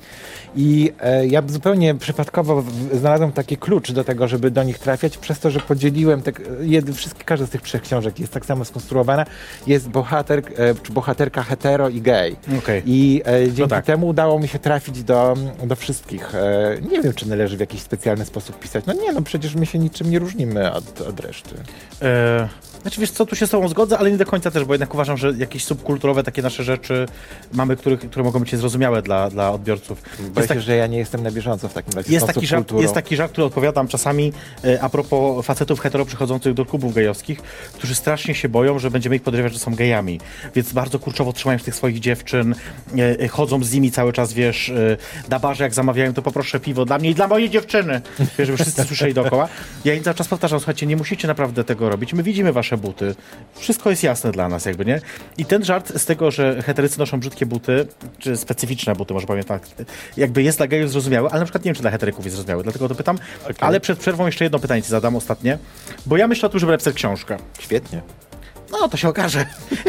I e, ja zupełnie przypadkowo w, znalazłem taki klucz do tego, żeby do nich trafiać, przez to, że podzieliłem te, jed, wszystkie, każda z tych trzech książek jest tak samo skonstruowana. Jest bohater, e, czy bohaterka hetero i gej. Okej. I e, dzięki No tak. temu udało mi się trafić do, do wszystkich. E, nie wiem, czy należy w jakiś specjalny sposób pisać. No nie, no przecież my się niczym nie różnimy od, od reszty. E, znaczy wiesz co, tu się z tobą zgodzę, ale nie do końca też, bo jednak uważam, że jakieś subkulturowe takie nasze rzeczy mamy, których, które mogą być zrozumiałe dla, dla odbiorców. Boję Jest, się, tak, że ja nie jestem na bieżąco w takim razie. jest, z tą taki żart, subkulturą. jest taki żart, który odpowiadam czasami e, a propos facetów hetero przychodzących do klubów gejowskich, którzy strasznie się boją, że będziemy ich podejrzewać, że są gejami. Więc bardzo kurczowo trzymają się tych swoich dziewczyn, e, e, chodzą z nimi cały czas, wiesz, e, na barze jak zamawiają, to poproszę piwo dla mnie i dla mojej dziewczyny. Wiesz, żeby wszyscy słyszeli dookoła. Ja im cały czas powtarzam, słuchajcie, nie musicie naprawdę tego robić. My widzimy wasze buty. Wszystko jest jasne dla nas, jakby, nie? I ten żart z tego, że heterycy noszą brzydkie buty, czy specyficzne buty, może powiem tak, jakby jest dla gejów zrozumiały, ale na przykład nie wiem, czy dla heteryków jest zrozumiały, dlatego o to pytam. Okay. Ale przed przerwą jeszcze jedno pytanie ci zadam ostatnie, bo ja myślę o tym, żeby napisać książkę. Świetnie. No, to się okaże.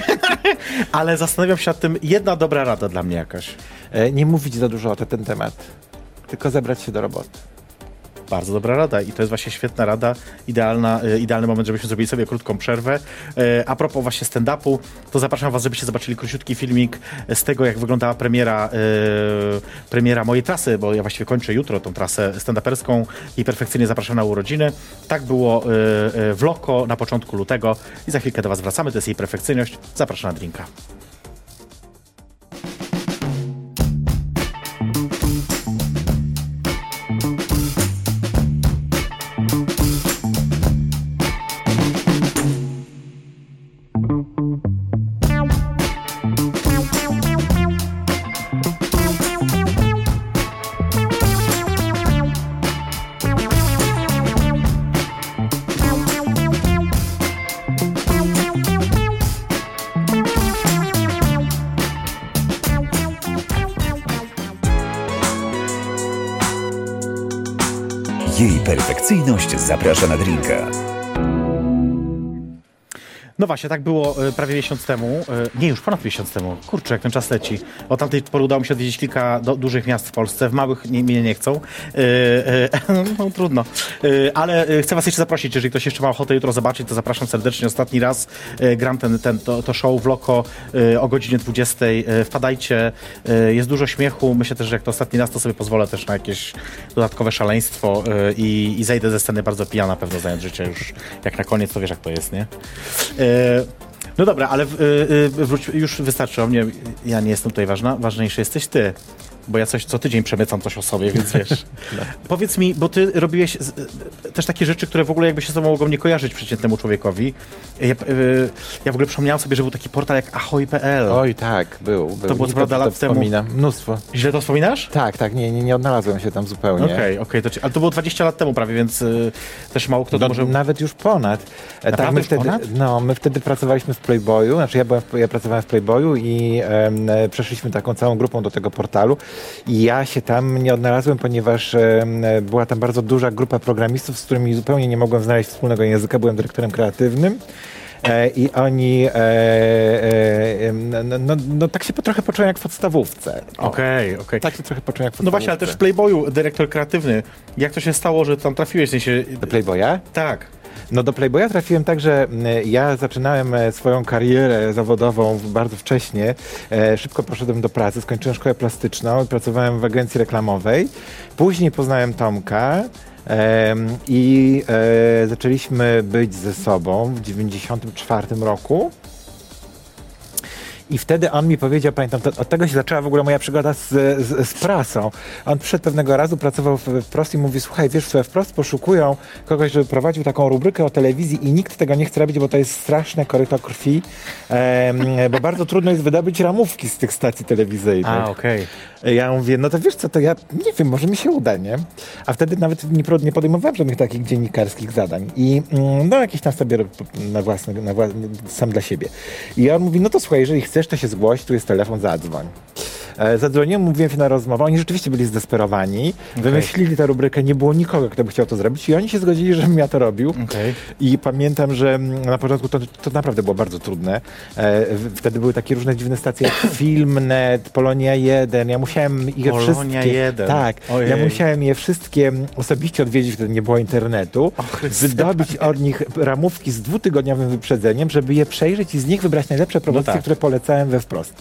Ale zastanawiam się nad tym, jedna dobra rada dla mnie jakaś. E, nie mówić za dużo o te, ten temat, tylko zabrać się do roboty. Bardzo dobra rada i to jest właśnie świetna rada, idealna, e, idealny moment, żebyśmy zrobili sobie krótką przerwę. E, a propos właśnie stand-upu, to zapraszam was, żebyście zobaczyli króciutki filmik z tego, jak wyglądała premiera, e, premiera mojej trasy, bo ja właściwie kończę jutro tą trasę stand-uperską i perfekcyjnie zapraszam na urodziny. Tak było e, e, w Loko na początku lutego i za chwilkę do was wracamy, to jest jej perfekcyjność. Zapraszam na drinka. Jej perfekcyjność zaprasza na drinka. No właśnie, tak było e, prawie miesiąc temu. E, nie, już ponad miesiąc temu. Kurczę, jak ten czas leci. Od tamtej pory udało mi się odwiedzić kilka do, dużych miast w Polsce. W małych nie, mnie nie chcą. E, e, no trudno. E, ale e, chcę was jeszcze zaprosić, jeżeli ktoś jeszcze ma ochotę jutro zobaczyć, to zapraszam serdecznie. Ostatni raz e, gram ten, ten, to, to show w Loko e, o godzinie dwudziestej. E, wpadajcie. E, jest dużo śmiechu. Myślę też, że jak to ostatni raz, to sobie pozwolę też na jakieś dodatkowe szaleństwo e, i, i zejdę ze sceny bardzo pijana, pewno znając życie już. Jak na koniec, to wiesz, jak to jest, nie? E, No dobra, ale w, y, y, wróć, już wystarczy o mnie. Ja nie jestem tutaj ważna. Ważniejszy jesteś ty. Bo ja coś co tydzień przemycam coś o sobie, więc wiesz. No. Powiedz mi, bo ty robiłeś z, y, też takie rzeczy, które w ogóle jakby się z tobą mogą nie kojarzyć przeciętnemu człowiekowi. Ja, y, ja w ogóle przypomniałem sobie, że był taki portal jak ahoj kropka p l. Oj, tak, był. był. To było Nie co prawda to, to lat temu. wspominam. Mnóstwo. Źle to wspominasz? Tak, tak, nie, nie, nie odnalazłem się tam zupełnie. Okej, okej. Okay, okay, ale to było dwadzieścia lat temu prawie, więc y, też mało kto No, to może... Nawet już ponad. E, Naprawdę tak, my już wtedy, ponad? No, my wtedy pracowaliśmy w Playboyu, znaczy ja, byłem w, ja pracowałem w Playboyu i em, e, przeszliśmy taką całą grupą do tego portalu i ja się tam nie odnalazłem, ponieważ em, była tam bardzo duża grupa programistów, z którymi zupełnie nie mogłem znaleźć wspólnego języka. Byłem dyrektorem kreatywnym. E, I oni e, e, no, no, no tak się po, trochę poczułem jak w podstawówce. O, Okej, okej. Okay. Tak się trochę poczułem jak w No podstawówce. właśnie, ale też w Playboyu dyrektor kreatywny. Jak to się stało, że tam trafiłeś? W sensie... Do Playboya? Tak. No do Playboya trafiłem tak, że ja zaczynałem swoją karierę zawodową bardzo wcześnie. E, szybko poszedłem do pracy, skończyłem szkołę plastyczną, pracowałem w agencji reklamowej. Później poznałem Tomka e, i e, zaczęliśmy być ze sobą w dziewięćdziesiątym czwartym roku. I wtedy on mi powiedział, pamiętam, to, od tego się zaczęła w ogóle moja przygoda z, z, z prasą. On przyszedł pewnego razu, pracował w Wprost i mówi, słuchaj, wiesz, we Wprost poszukują kogoś, żeby prowadził taką rubrykę o telewizji i nikt tego nie chce robić, bo to jest straszne koryto krwi, em, bo bardzo trudno jest wydobyć ramówki z tych stacji telewizyjnych. A, okej. Okay. Ja mówię, no to wiesz co, to ja nie wiem, może mi się uda, nie? A wtedy nawet nie, nie podejmowałem żadnych takich dziennikarskich zadań. I no jakieś tam sobie na własne, na własne, sam dla siebie. I on mówi, no to słuchaj, jeżeli chcesz, to się zgłoś, tu jest telefon, zadzwoń. E, zadzwoniłem, mówiłem się na rozmowę, oni rzeczywiście byli zdesperowani, okay. Wymyślili tę rubrykę, nie było nikogo, kto by chciał to zrobić i oni się zgodzili, żebym ja to robił. Okay. I pamiętam, że na początku to, to naprawdę było bardzo trudne. E, wtedy były takie różne dziwne stacje jak Filmnet, Polonia jeden, ja musiałem je Polonia wszystkie... jeden. Tak, Ojej. ja musiałem je wszystkie osobiście odwiedzić, wtedy nie było internetu, wydobyć od nich ramówki z dwutygodniowym wyprzedzeniem, żeby je przejrzeć i z nich wybrać najlepsze propozycje, no tak. które polecałem we Wprost.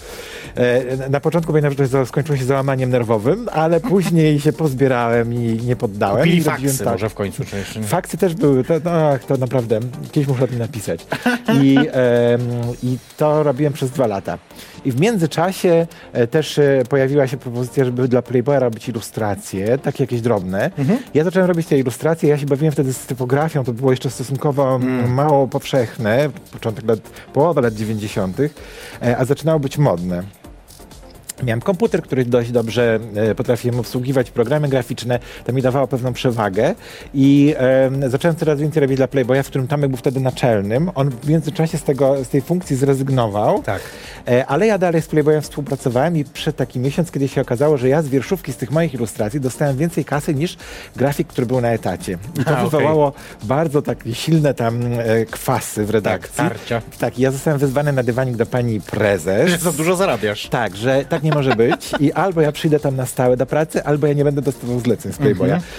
E, na początku pamiętam, że to skończyło się załamaniem nerwowym, ale później się pozbierałem i nie poddałem. Kupili i faksy tak. może w końcu. Czy jeszcze nie? Faksy też były, to, no, to naprawdę, kiedyś muszę o tym napisać. I, e, I to robiłem przez dwa lata. I w międzyczasie e, też e, pojawiła się propozycja, żeby dla Playboya robić ilustracje, takie jakieś drobne. Mhm. Ja zacząłem robić te ilustracje, ja się bawiłem wtedy z typografią, to było jeszcze stosunkowo mm. mało powszechne, początek lat, połowa lat dziewięćdziesiątych, e, a zaczynało być modne. Miałem komputer, który dość dobrze e, potrafiłem obsługiwać, programy graficzne, to mi dawało pewną przewagę i e, zacząłem coraz więcej robić dla Playboya, w którym Tomek był wtedy naczelnym. On w międzyczasie z, tego, z tej funkcji zrezygnował, tak. e, ale ja dalej z Playboyem współpracowałem i przyszedł taki miesiąc, kiedy się okazało, że ja z wierszówki z tych moich ilustracji dostałem więcej kasy niż grafik, który był na etacie. I to A, wywołało okay. bardzo takie silne tam e, kwasy w redakcji. Tak, tarcia. Tak, i ja zostałem wezwany na dywanik do pani prezes. Że za dużo zarabiasz. Tak, że tak nie może być i albo ja przyjdę tam na stałe do pracy, albo ja nie będę dostawał zleceń z Playboya. Mm-hmm.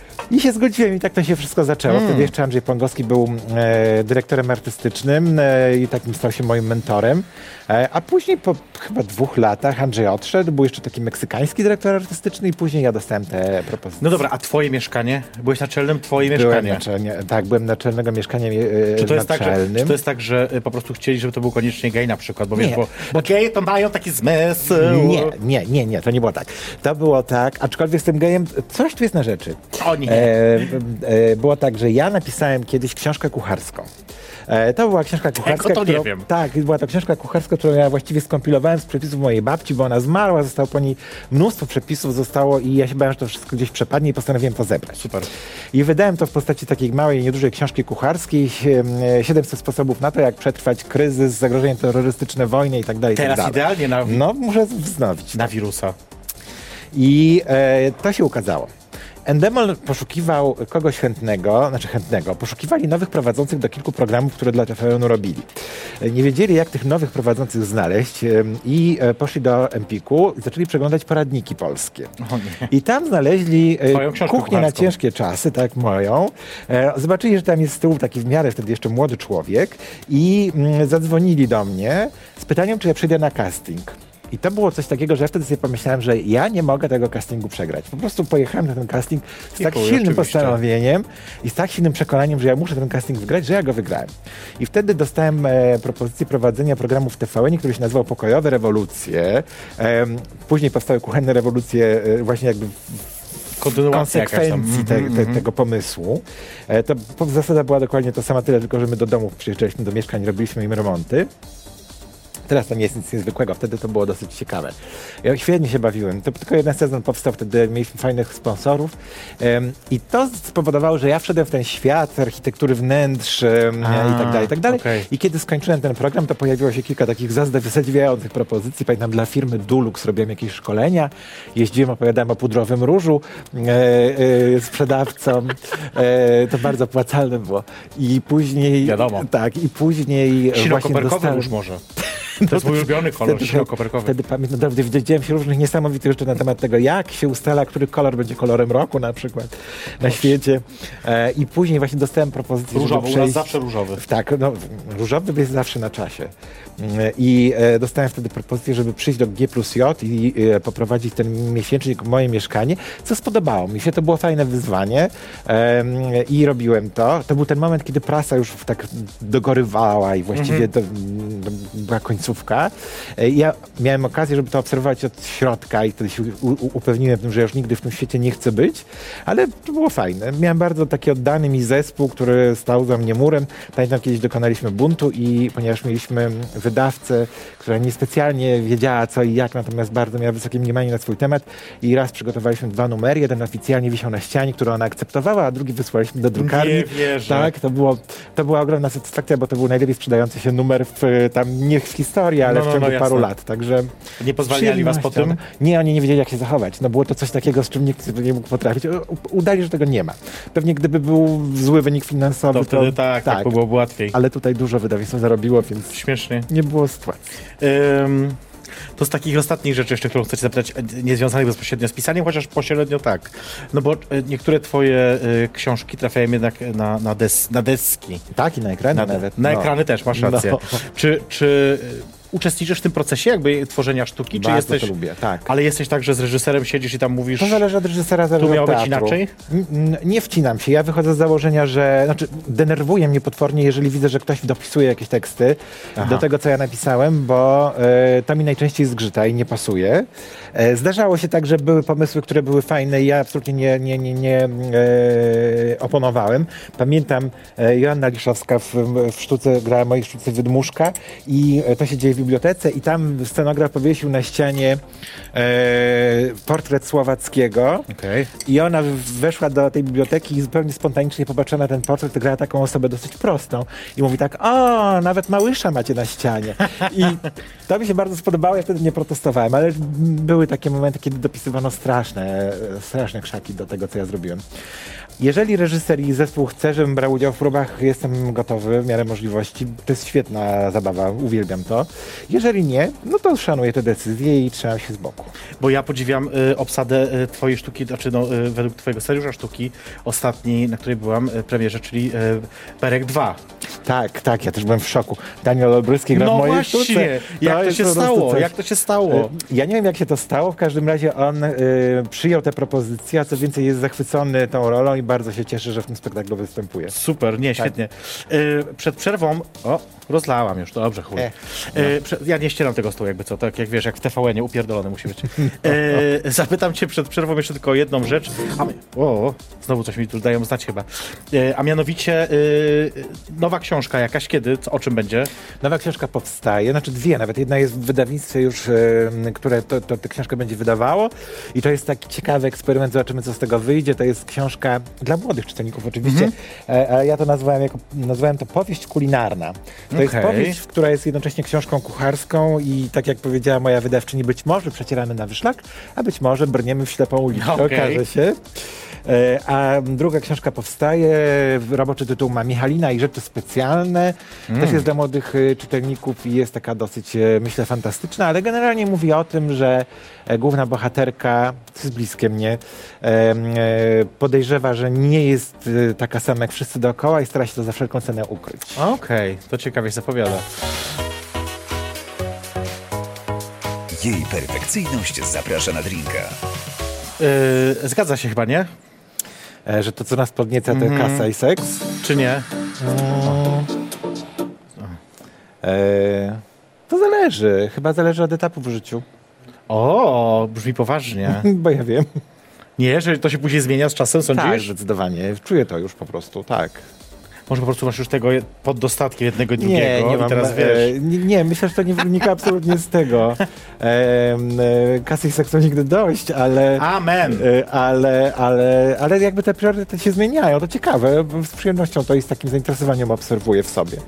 I się zgodziłem i tak to się wszystko zaczęło. Mm. Wtedy jeszcze Andrzej Pągowski był e, dyrektorem artystycznym e, i takim stał się moim mentorem. E, a później po chyba dwóch latach Andrzej odszedł, był jeszcze taki meksykański dyrektor artystyczny i później ja dostałem te propozycje. No dobra, a twoje mieszkanie? Byłeś naczelnym twoje byłem mieszkanie? Naczelnie, tak, byłem naczelnego mieszkania e, czy to jest naczelnym. Tak, że, czy to jest tak, że po prostu chcieli, żeby to był koniecznie gej na przykład? Bo wiesz, bo, bo gej to mają taki zmysł. Nie, nie, nie, nie, to nie było tak. To było tak, aczkolwiek z tym gejem coś tu jest na rzeczy. O nie. E, e, było tak, że ja napisałem kiedyś książkę kucharską. E, to była książka kucharska, to którą, nie wiem. Tak, była to książka kucharska, którą ja właściwie skompilowałem z przepisów mojej babci, bo ona zmarła, zostało po niej mnóstwo przepisów zostało i ja się bałem, że to wszystko gdzieś przepadnie i postanowiłem to zebrać. Super. I wydałem to w postaci takiej małej, niedużej książki kucharskiej, siedemset sposobów na to, jak przetrwać kryzys, zagrożenie terrorystyczne, wojny i tak dalej. Teraz tak dalej. idealnie na... No, muszę wznowić. Na wirusa. I e, to się ukazało. Endemol poszukiwał kogoś chętnego, znaczy chętnego, poszukiwali nowych prowadzących do kilku programów, które dla T V N-u robili. Nie wiedzieli, jak tych nowych prowadzących znaleźć i poszli do Empiku i zaczęli przeglądać poradniki polskie. I tam znaleźli kuchnię na ciężkie czasy, tak moją. Zobaczyli, że tam jest z tyłu taki w miarę wtedy jeszcze młody człowiek i zadzwonili do mnie z pytaniem, czy ja przyjdę na casting. I to było coś takiego, że ja wtedy sobie pomyślałem, że ja nie mogę tego castingu przegrać. Po prostu pojechałem na ten casting z I tak chuj, silnym oczywiście. postanowieniem i z tak silnym przekonaniem, że ja muszę ten casting wygrać, że ja go wygrałem. I wtedy dostałem e, propozycję prowadzenia programu w T V N, który się nazywał Pokojowe Rewolucje. E, później powstały Kuchenne Rewolucje e, właśnie jakby w konsekwencji te, te, mm-hmm. tego pomysłu. E, to zasada była dokładnie to sama, tyle tylko, że my do domów przyjeżdżaliśmy, do mieszkań, robiliśmy im remonty. Teraz to nie jest nic niezwykłego, wtedy to było dosyć ciekawe. Ja świetnie się bawiłem. To tylko jeden sezon powstał, wtedy mieliśmy fajnych sponsorów um, i to spowodowało, że ja wszedłem w ten świat architektury wnętrz um, A, i tak dalej, i tak dalej. Okay. I kiedy skończyłem ten program, to pojawiło się kilka takich zadziwiających propozycji. Pamiętam, dla firmy Dulux robiłem jakieś szkolenia, jeździłem, opowiadałem o pudrowym różu e, e, sprzedawcom. E, to bardzo opłacalne było. I później... Wiadomo. Tak, i później Sino-koperkowy dostałem... róż może. To jest mój ulubiony kolor, sino-koperkowy. Wtedy pamiętam, naprawdę dowiedziałem się różnych niesamowitych rzeczy na temat tego, jak się ustala, który kolor będzie kolorem roku na przykład na świecie. E, I później właśnie dostałem propozycję, różowy, żeby przejść... u nas zawsze różowy. Tak, no, różowy jest zawsze na czasie. E, I e, dostałem wtedy propozycję, żeby przyjść do G plus J i e, poprowadzić ten miesięcznik w moje mieszkanie, co spodobało mi się. To było fajne wyzwanie e, i robiłem to. To był ten moment, kiedy prasa już tak dogorywała i właściwie mm-hmm. to, to była końcówka końcówka. E, Ja miałem okazję, żeby to obserwować od środka i wtedy się u, u, upewniłem w tym, że już nigdy w tym świecie nie chcę być, ale to było fajne. Miałem bardzo taki oddany mi zespół, który stał za mnie murem. Pamiętam, kiedyś dokonaliśmy buntu i ponieważ mieliśmy wydawcę, która niespecjalnie wiedziała co i jak, natomiast bardzo miała wysokie mniemanie na swój temat i raz przygotowaliśmy dwa numery, jeden oficjalnie wisiał na ścianie, który ona akceptowała, a drugi wysłaliśmy do drukarni. Nie wierzę. Tak, to, było, to była ogromna satysfakcja, bo to był najlepiej sprzedający się numer w, tam nie w historii, ale No, no, w ciągu no, paru jasne. lat. Także Nie pozwalniali was po tym? przyjemnością. Nie, oni nie wiedzieli, jak się zachować. No było to coś takiego, z czym nikt sobie nie mógł potrafić. U- Udali, że tego nie ma. Pewnie gdyby był zły wynik finansowy, To wtedy tak, tak, to byłoby łatwiej. ale tutaj dużo wydawnictwo zarobiło, więc Śmiesznie. nie było sytuacji. Ym, to z takich ostatnich rzeczy jeszcze, którą chcę cię zapytać, e, nie związanych bezpośrednio z pisaniem, chociaż pośrednio tak. No bo e, niektóre twoje e, książki trafiają jednak na, na, des, na deski. Tak, i na ekrany Na, nawet. na no. ekrany też, masz rację. No. Czy, czy e, uczestniczysz w tym procesie jakby tworzenia sztuki? Czy Bardzo jesteś, to lubię, tak. ale jesteś tak, że z reżyserem siedzisz i tam mówisz... To zależy od reżysera, zależy Tu miało od być teatru. inaczej? N- n- Nie wcinam się. Ja wychodzę z założenia, że... Znaczy, denerwuje mnie potwornie, jeżeli widzę, że ktoś dopisuje jakieś teksty Aha. do tego, co ja napisałem, bo e, to mi najczęściej zgrzyta i nie pasuje. E, zdarzało się tak, że były pomysły, które były fajne i ja absolutnie nie, nie, nie, nie e, oponowałem. Pamiętam, e, Joanna Liszowska w, w sztuce, grała w mojej sztuce Wydmuszka i e, to się dzieje w bibliotece i tam scenograf powiesił na ścianie e, portret Słowackiego. Okej. I ona weszła do tej biblioteki i zupełnie spontanicznie popatrzyła na ten portret, to grała taką osobę dosyć prostą. I mówi tak, o, nawet Małysza macie na ścianie. I to mi się bardzo spodobało, ja wtedy nie protestowałem, ale były takie momenty, kiedy dopisywano straszne, straszne krzaki do tego, co ja zrobiłem. Jeżeli reżyser i zespół chce, żebym brał udział w próbach, jestem gotowy w miarę możliwości. To jest świetna zabawa, uwielbiam to. Jeżeli nie, no to szanuję te decyzje i trzymam się z boku. Bo ja podziwiam y, obsadę y, twojej sztuki, znaczy no, y, według twojego scenariusza sztuki ostatniej, na której byłam y, premierze, czyli y, Perek dwa. Tak, tak, ja też byłem w szoku. Daniel Olbryski gra No w mojej właśnie, sztuce. jak to jest się po prostu stało? coś. Jak to się stało? Ja nie wiem, jak się to stało. W każdym razie on y, przyjął tę propozycję, a co więcej jest zachwycony tą rolą i bardzo się cieszy, że w tym spektaklu występuje. Super, nie, Tak. świetnie. Y, przed przerwą, o, rozlałam już, dobrze, chuj. E, Y, prze, ja nie ścieram tego stołu, jakby co, tak jak wiesz, jak w T V N-ie, upierdolony musi być. Y, zapytam cię przed przerwą jeszcze tylko o jedną rzecz. A, my- o, znowu coś mi tu dają znać chyba. Y, a mianowicie y, nowa książka jakaś, kiedy, co, o czym będzie? Nowa książka powstaje, znaczy dwie nawet. Jedna jest w wydawnictwie już, y, które to, to, tę książkę będzie wydawało i to jest taki ciekawy eksperyment, zobaczymy, co z tego wyjdzie. To jest książka dla młodych czytelników oczywiście, Mhm. e, a ja to nazwałem, jako, nazwałem to powieść kulinarna. To jest Okej. powieść, która jest jednocześnie książką kucharską i tak jak powiedziała moja wydawczyni, być może przecieramy na wyszlak, a być może brniemy w ślepą uliczkę, Okej. okaże się. E, A druga książka powstaje, roboczy tytuł ma Michalina i rzeczy specjalne. Też jest dla młodych e, czytelników i jest taka dosyć, e, myślę, fantastyczna, ale generalnie mówi o tym, że e, główna bohaterka, to jest bliskie mnie, e, e, podejrzewa, że nie jest e, taka sama jak wszyscy dookoła i stara się to za wszelką cenę ukryć. Okej, to ciekawie zapowiada. Jej perfekcyjność zaprasza na drinka. Y, zgadza się chyba, nie? E, Że to, co nas podnieca, to kasa i seks. Czy nie? E, To zależy. Chyba zależy od etapu w życiu. O, brzmi poważnie. Bo ja wiem. Nie, że to się później zmienia z czasem, Tak, sądzisz? zdecydowanie. Czuję to już po prostu, tak. Może po prostu masz już tego pod dostatkiem jednego i drugiego Nie, nie i mam, teraz e, wiesz. nie, nie, myślę, że to nie wynika absolutnie z tego. E, e, kasy i seksu nigdy dość, ale, Amen! e, ale, ale, ale jakby te priorytety się zmieniają. To ciekawe, bo z przyjemnością to i z takim zainteresowaniem obserwuję w sobie.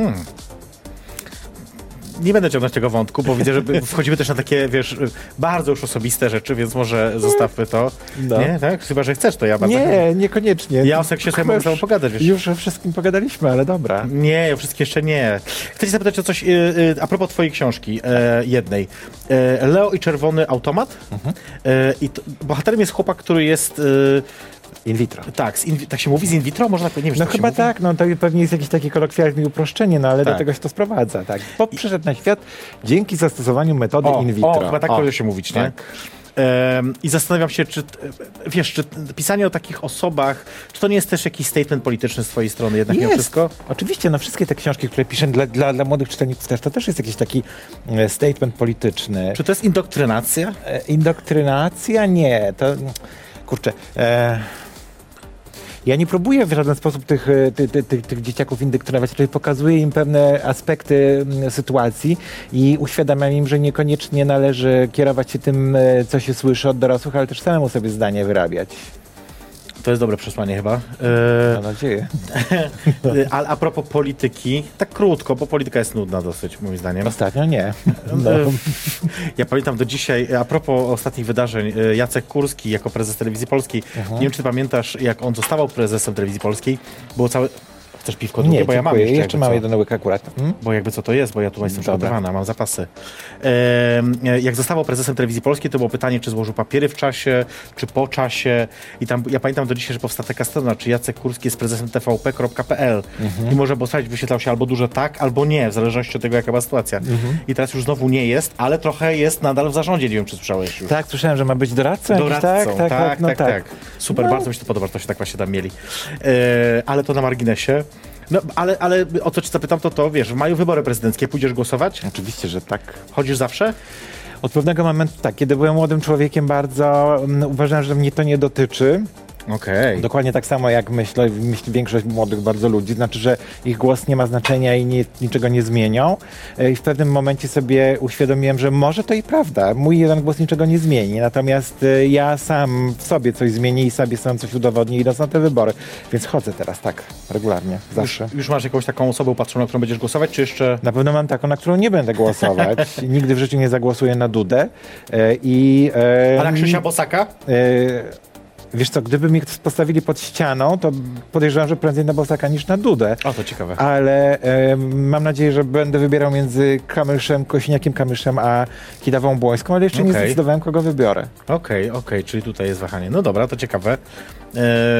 Nie będę ciągnąć tego wątku, bo widzę, że wchodzimy też na takie, wiesz, bardzo już osobiste rzeczy, więc może zostawmy to. No. Nie, tak? Chyba, że chcesz, to ja bardzo... Nie, niekoniecznie. Ja o seksie sobie mogę z tobą pogadać, wiesz. Już o wszystkim pogadaliśmy, ale dobra. Nie, o wszystkie jeszcze nie. Chcę cię zapytać o coś y, y, a propos twojej książki e, jednej. E, Leo i czerwony automat. E, I to, bohaterem jest chłopak, który jest... Y, In vitro. tak, z in, tak się mówi z in vitro? Można tak, nie wiem, No czy tak chyba się mówi? tak, no to pewnie jest jakieś takie kolokwializm i uproszczenie, no ale Tak. do tego się to sprowadza, tak. Bo przyszedł na świat dzięki zastosowaniu metody O, in vitro. o, chyba tak powinno się mówić, nie? Tak. Em, I zastanawiam się, czy, e, wiesz, czy pisanie o takich osobach, czy to nie jest też jakiś statement polityczny z twojej strony, jednak mimo Jest. wszystko? Oczywiście, no wszystkie te książki, które piszę dla, dla, dla młodych czytelników też, to też jest jakiś taki e, statement polityczny. Czy to jest indoktrinacja? E, Indoktrynacja? Nie, to kurczę. E, ja nie próbuję w żaden sposób tych, e, ty, ty, ty, tych dzieciaków indoktrynować, czyli pokazuję im pewne aspekty m, sytuacji i uświadamiam im, że niekoniecznie należy kierować się tym, e, co się słyszy od dorosłych, ale też samemu sobie zdanie wyrabiać. To jest dobre przesłanie chyba. Mam nadzieję. E, a, a propos polityki, tak krótko, bo polityka jest nudna dosyć, moim zdaniem. Ostatnio nie. No. E, Ja pamiętam do dzisiaj, a propos ostatnich wydarzeń, e, Jacek Kurski jako prezes Telewizji Polskiej, nie wiem, czy ty pamiętasz, jak on zostawał prezesem Telewizji Polskiej, było całe... Chcesz piwko drugie? Nie, Bo ja mam dziękuję. jeszcze, jeszcze jakby mam co. jeden łyk akurat. Hmm? Bo jakby co to jest, bo ja tu jestem Dobra. przygotowana, mam zapasy. E, jak zostawał prezesem Telewizji Polskiej, to było pytanie, czy złożył papiery w czasie, czy po czasie. I tam, ja pamiętam do dzisiaj, że powstała taka strona, czy Jacek Kurski jest prezesem T V P kropka P L. Mhm. I może postawić, wyświetlał się albo duże tak, albo nie, w zależności od tego, jaka była sytuacja. Mhm. I teraz już znowu nie jest, ale trochę jest nadal w zarządzie, nie wiem, czy słyszałeś już. Tak, słyszałem, że ma być doradcą. jakiś, Doradcą, tak, tak, tak, no tak, tak. tak. Super, No. bardzo mi się to podoba, że to się tak właśnie tam mieli. E, ale to na marginesie. No, ale, ale o co cię zapytam, to to, wiesz, w maju wybory prezydenckie, pójdziesz głosować? Oczywiście, że tak. Chodzisz zawsze? Od pewnego momentu tak, kiedy byłem młodym człowiekiem, bardzo um, uważałem, że mnie to nie dotyczy. Okej. Dokładnie tak samo jak myślę, myśli większość młodych bardzo ludzi. Znaczy, że ich głos nie ma znaczenia i nie, niczego nie zmienią. E, I w pewnym momencie sobie uświadomiłem, że może to i prawda. Mój jeden głos niczego nie zmieni. Natomiast e, ja sam w sobie coś zmienię i sobie sam coś udowodnię idąc na te wybory. Więc chodzę teraz tak, regularnie, zawsze. Już, już masz jakąś taką osobę upatrzoną, na którą będziesz głosować, czy jeszcze... Na pewno mam taką, na którą nie będę głosować. Nigdy w życiu nie zagłosuję na Dudę. E, I, e, A na Krzysia Bosaka? e, Wiesz co, gdyby mnie postawili pod ścianą, to podejrzewam, że prędzej na Bosaka niż na Dudę. O, to ciekawe. Ale e, mam nadzieję, że będę wybierał między Kamyszem, Kosiniakiem Kamyszem, a Kidawą Błońską, ale jeszcze nie Okej. zdecydowałem, kogo wybiorę. Okej, okej, czyli tutaj jest wahanie. No dobra, to ciekawe. E,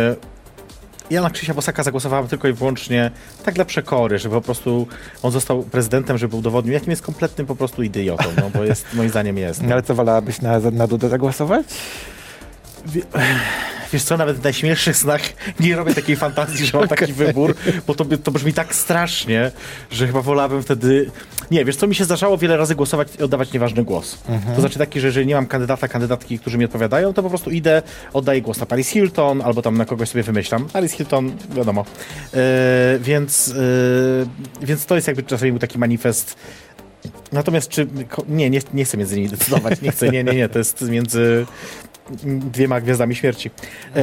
ja na Krzysia Bosaka zagłosowałem tylko i wyłącznie tak dla przekory, żeby po prostu on został prezydentem, żeby udowodnił, jakim jest kompletnym po prostu idiotą, no bo jest, moim zdaniem jest. Ale co, wolałabyś na, na Dudę zagłosować? Wiesz co, nawet w najśmielszych snach nie robię takiej fantazji, że mam taki wybór, bo to, by- to brzmi tak strasznie, że chyba wolałabym wtedy... Nie, wiesz co, mi się zdarzało wiele razy głosować i oddawać nieważny głos. To znaczy taki, że jeżeli nie mam kandydata, kandydatki, którzy mi odpowiadają, to po prostu idę, oddaję głos na Paris Hilton, albo tam na kogoś sobie wymyślam. Paris Hilton, wiadomo. E, więc, e, więc to jest jakby czasami był taki manifest. Natomiast czy... ko- Nie, nie, nie chcę między nimi decydować, nie chcę, nie, nie, nie, to jest między dwiema gwiazdami śmierci. E,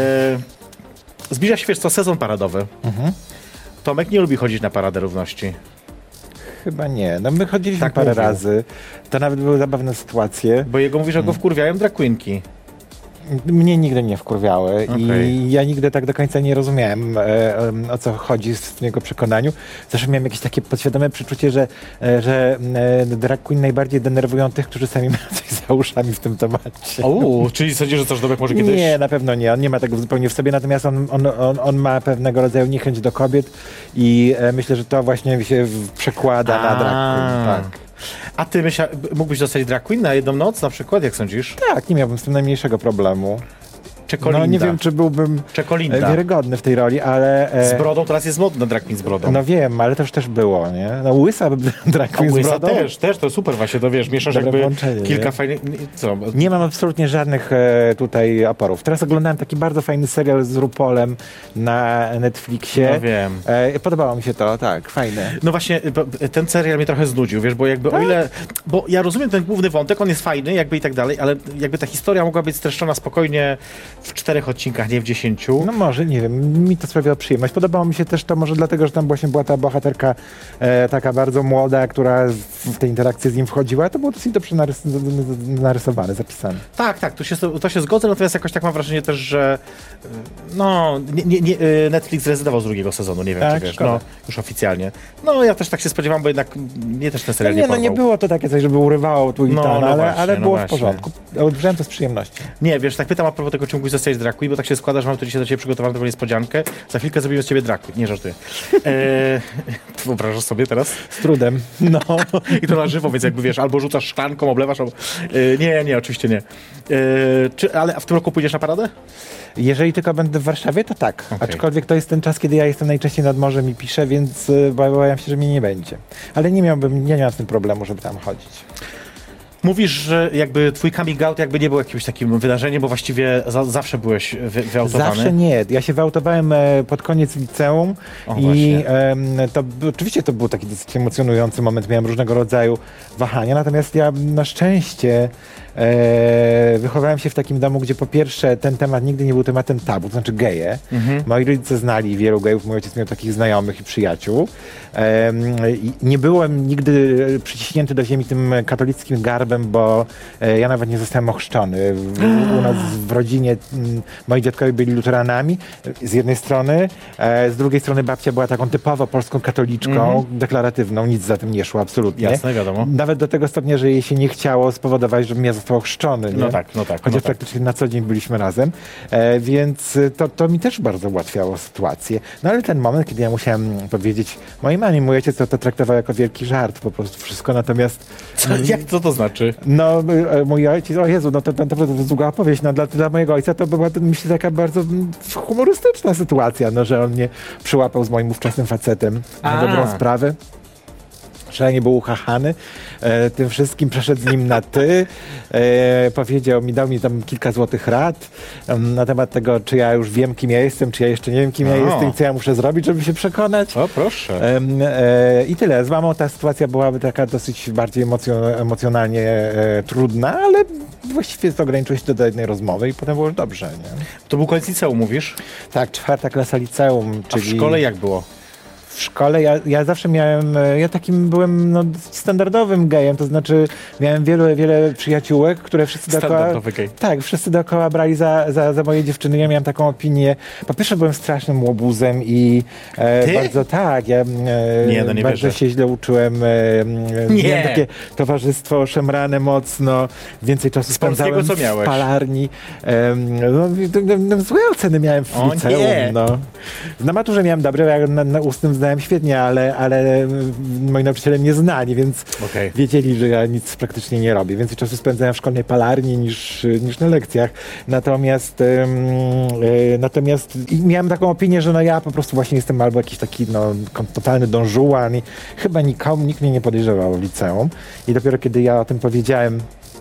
zbliża się, wiesz co, sezon paradowy. Mhm. Tomek nie lubi chodzić na Paradę Równości. Chyba nie. No my chodziliśmy Tak parę mówił. razy. To nawet były zabawne sytuacje. Bo jego mówi, że go wkurwiają drag queenki. Mnie nigdy nie wkurwiały Okej. i ja nigdy tak do końca nie rozumiałem, e, em, o co chodzi w jego przekonaniu. Zawsze miałem jakieś takie podświadome przeczucie, że, e, że e, drag queen najbardziej denerwują tych, którzy sami mają coś za uszami w tym temacie. O, czyli sądzisz, że coś Tomek może kiedyś... Nie, na pewno nie. On nie ma tego zupełnie w sobie, natomiast on, on, on, on ma pewnego rodzaju niechęć do kobiet i e, myślę, że to właśnie się w- przekłada na drag queen. A. Tak. A ty myśla, mógłbyś dostać drag queen na jedną noc na przykład, jak sądzisz? tak, nie miałbym z tym najmniejszego problemu. Czekolinda. No nie wiem, czy byłbym e, Czekolinda. wiarygodny w tej roli, ale... e, Z brodą, teraz jest modna drag queen z brodą. No wiem, ale to już też było, nie? No łysa drag A queen z łysa brodą. też, też, to super właśnie, to wiesz, mieszasz Dobre jakby połączenie, kilka nie? fajnych... Co? Nie mam absolutnie żadnych e, tutaj oporów. Teraz oglądałem taki bardzo fajny serial z RuPaulem na Netflixie. No wiem. E, podobało mi się to, tak, fajne. No właśnie, bo ten serial mnie trochę znudził, wiesz, bo jakby o ile... Bo ja rozumiem ten główny wątek, on jest fajny, jakby i tak dalej, ale jakby ta historia mogła być streszczona spokojnie w czterech odcinkach, nie w dziesięciu. No może, nie wiem, mi to sprawiało przyjemność. Podobało mi się też to może dlatego, że tam właśnie była ta bohaterka e, taka bardzo młoda, która w, w te interakcje z nim wchodziła. To było dosyć dobrze narys narysowane, zapisane. Tak, tak, to się, to się zgodzę, natomiast jakoś tak mam wrażenie też, że y, no, nie, nie, nie, y, Netflix zrezygnował z drugiego sezonu, nie wiem, Tak, czy wiesz, szkoda. no, już oficjalnie. No, ja też tak się spodziewam, bo jednak mnie też ten No serial nie, nie no nie porwał. było to takie coś, żeby urywało tu i No, tam, no ale, właśnie, ale no było właśnie. w porządku. Odbrzałem to z przyjemnością. Nie, wiesz, tak pytam a propos tego ciągu zostałeś drag queen, bo tak się składa, że mam tu dzisiaj do ciebie przygotowaną taką niespodziankę. Za chwilkę zrobimy z ciebie drag queen. Nie żartuję. E, wyobrażasz sobie teraz? Z trudem. No. I to na żywo, więc jakby wiesz, albo rzucasz szklanką, oblewasz, albo... E, nie, nie, oczywiście nie. E, czy, ale w tym roku pójdziesz na paradę? Jeżeli tylko będę w Warszawie, to tak. Okej. Aczkolwiek to jest ten czas, kiedy ja jestem najczęściej nad morzem i piszę, więc y, obawiam się, że mnie nie będzie. Ale nie miałbym, nie miałem z tym problemu, żeby tam chodzić. Mówisz, że jakby twój coming out jakby nie był jakimś takim wydarzeniem, bo właściwie za, zawsze byłeś wy, wyautowany. Zawsze nie. Ja się wyautowałem e, pod koniec liceum O, i właśnie. em, to b- oczywiście to był taki dosyć emocjonujący moment. Miałem różnego rodzaju wahania, natomiast ja na szczęście e, wychowałem się w takim domu, gdzie po pierwsze ten temat nigdy nie był tematem tabu, to znaczy geje. Mhm. Moi rodzice znali wielu gejów, mój ojciec miał takich znajomych i przyjaciół. Em, i nie byłem nigdy przyciśnięty do ziemi tym katolickim garbem, bo e, ja nawet nie zostałem ochrzczony. W, u nas w rodzinie m, moi dziadkowie byli luteranami e, z jednej strony, e, z drugiej strony babcia była taką typowo polską katoliczką, Mhm. deklaratywną, nic za tym nie szło absolutnie. Jasne, wiadomo. Nawet do tego stopnia, że jej się nie chciało spowodować, żebym ja został ochrzczony. Nie? No tak, no tak. Chociaż no tak. praktycznie na co dzień byliśmy razem, e, więc to, to mi też bardzo ułatwiało sytuację. No ale ten moment, kiedy ja musiałem powiedzieć mojej mamie, mój ojciec to, to traktował jako wielki żart po prostu wszystko, natomiast Co, jak co to znaczy? no e, mój ojciec, o Jezu, no to, to, to, to jest długa opowieść, no dla, dla mojego ojca to była, myślę, taka bardzo mm, humorystyczna sytuacja, no że on mnie przyłapał z moim ówczesnym facetem na A. dobrą sprawę. Szalenie był uchachany, e, tym wszystkim przeszedł z nim na ty, e, powiedział mi, dał mi tam kilka złotych rad em, na temat tego, czy ja już wiem, kim ja jestem, czy ja jeszcze nie wiem, kim ja O. jestem i co ja muszę zrobić, żeby się przekonać. O, proszę. Em, e, I tyle. Z mamą ta sytuacja byłaby taka dosyć bardziej emocjo- emocjonalnie e, trudna, ale właściwie to ograniczyło się do jednej rozmowy i potem było już dobrze. Nie? To był koniec liceum, mówisz? Tak, czwarta klasa liceum, A w czyli... szkole jak było? W szkole ja, ja zawsze miałem, e, ja takim byłem no, standardowym gejem, to znaczy miałem wiele, wiele przyjaciółek, które wszyscy dookoła... Standardowy gej. Tak, wszyscy dookoła brali za, za, za moje dziewczyny. Ja miałem taką opinię. Po pierwsze byłem strasznym łobuzem i e, Ty? bardzo tak, ja e, Nie, no nie bardzo wierzę. się źle uczyłem. E, Nie. Miałem takie towarzystwo szemrane mocno, więcej czasu Z polskiego spędzałem co miałeś? w palarni. E, no, i to- no, no, złe oceny miałem w O liceum. nie. No. Na maturze miałem dobre, ja na, na ustnym zdałem świetnie, ale, ale moi nauczyciele mnie znali, więc Okej. wiedzieli, że ja nic praktycznie nie robię. Więcej czasu spędzałem w szkolnej palarni niż, niż na lekcjach. Natomiast, ym, y, natomiast i miałem taką opinię, że no ja po prostu właśnie jestem albo jakiś taki no, kon- totalny Don Juan i chyba nikomu, nikt mnie nie podejrzewał w liceum. I dopiero kiedy ja o tym powiedziałem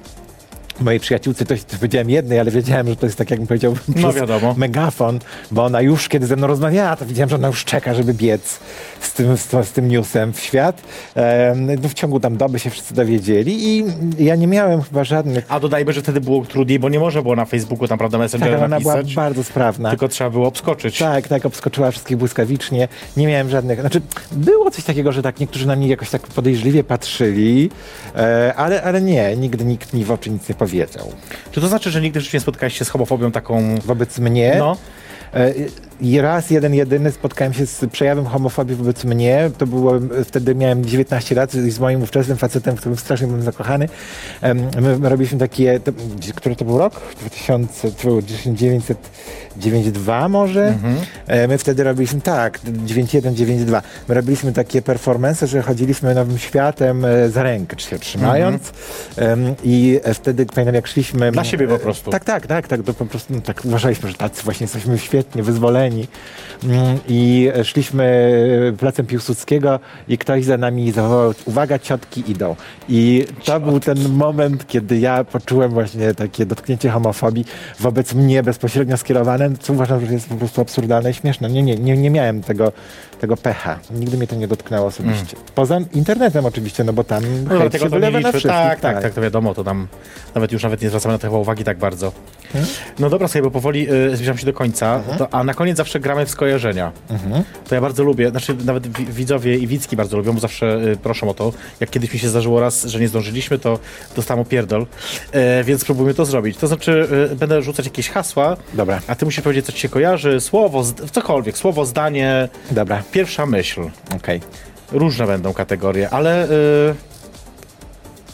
mojej przyjaciółce, to, to powiedziałem jednej, ale wiedziałem, że to jest tak, jakbym powiedział No przez wiadomo. megafon, bo ona już, kiedy ze mną rozmawiała, to widziałem, że ona już czeka, żeby biec z tym, z, z tym newsem w świat. Ehm, no w ciągu tam doby się wszyscy dowiedzieli i ja nie miałem chyba żadnych... A dodajmy, że wtedy było trudniej, bo nie można było na Facebooku tam, prawda, Tak, Messengera ale ona była napisać, bardzo sprawna. tylko trzeba było obskoczyć. Tak, tak, obskoczyła wszystkich błyskawicznie. Nie miałem żadnych... Znaczy, było coś takiego, że tak niektórzy na mnie jakoś tak podejrzliwie patrzyli, e, ale, ale nie, nigdy nikt mi w oczy nic nie powiedział. Czy to znaczy, że nigdy w życiu nie spotkałeś się z homofobią taką... Wobec mnie... No, E, I raz, jeden, jedyny spotkałem się z przejawem homofobii wobec mnie. To było, wtedy miałem dziewiętnaście lat i z moim ówczesnym facetem, w którym strasznie byłem zakochany. Em, My robiliśmy takie, to, który to był rok? dwa tysiące, to był tysiąc dziewięćset dziewięćdziesiąt dwa może? Mhm. E, My wtedy robiliśmy, tak, dziewięćdziesiąt jeden dziewięćdziesiąt dwa. My robiliśmy takie performance, że chodziliśmy nowym światem e, za rękę, czy się trzymając. Em, I wtedy, pamiętam jak szliśmy... Dla siebie po prostu. Tak, tak, tak, tak, to po prostu no, tak uważaliśmy, że tacy właśnie jesteśmy świetnie wyzwoleni. Mm, I szliśmy placem Piłsudskiego i ktoś za nami zawołał, uwaga, ciotki idą. I to był ten moment, kiedy ja poczułem właśnie takie dotknięcie homofobii wobec mnie bezpośrednio skierowane, co uważam, że jest po prostu absurdalne i śmieszne. Nie, nie, nie, nie miałem tego, tego pecha. Nigdy mnie to nie dotknęło osobiście. Poza internetem oczywiście, no bo tam no hejt dlatego się to nie wylewa na liczmy. wszystkich. Tak, tak, tak, to wiadomo, to tam nawet już nawet nie zwracamy na to chyba uwagi tak bardzo. No dobra, sobie, bo powoli y, zbliżam się do końca, to, a na koniec zawsze gramy w skojarzenia. Mhm. To ja bardzo lubię, znaczy nawet wi- widzowie i widzki bardzo lubią, bo zawsze y, proszą o to. Jak kiedyś mi się zdarzyło raz, że nie zdążyliśmy, to dostałem opierdol, y, więc spróbujmy to zrobić. To znaczy y, będę rzucać jakieś hasła, Dobra, a ty musisz powiedzieć, co ci się kojarzy, słowo, zd- cokolwiek, słowo, zdanie, dobra, pierwsza myśl. okej. Różne będą kategorie, ale y,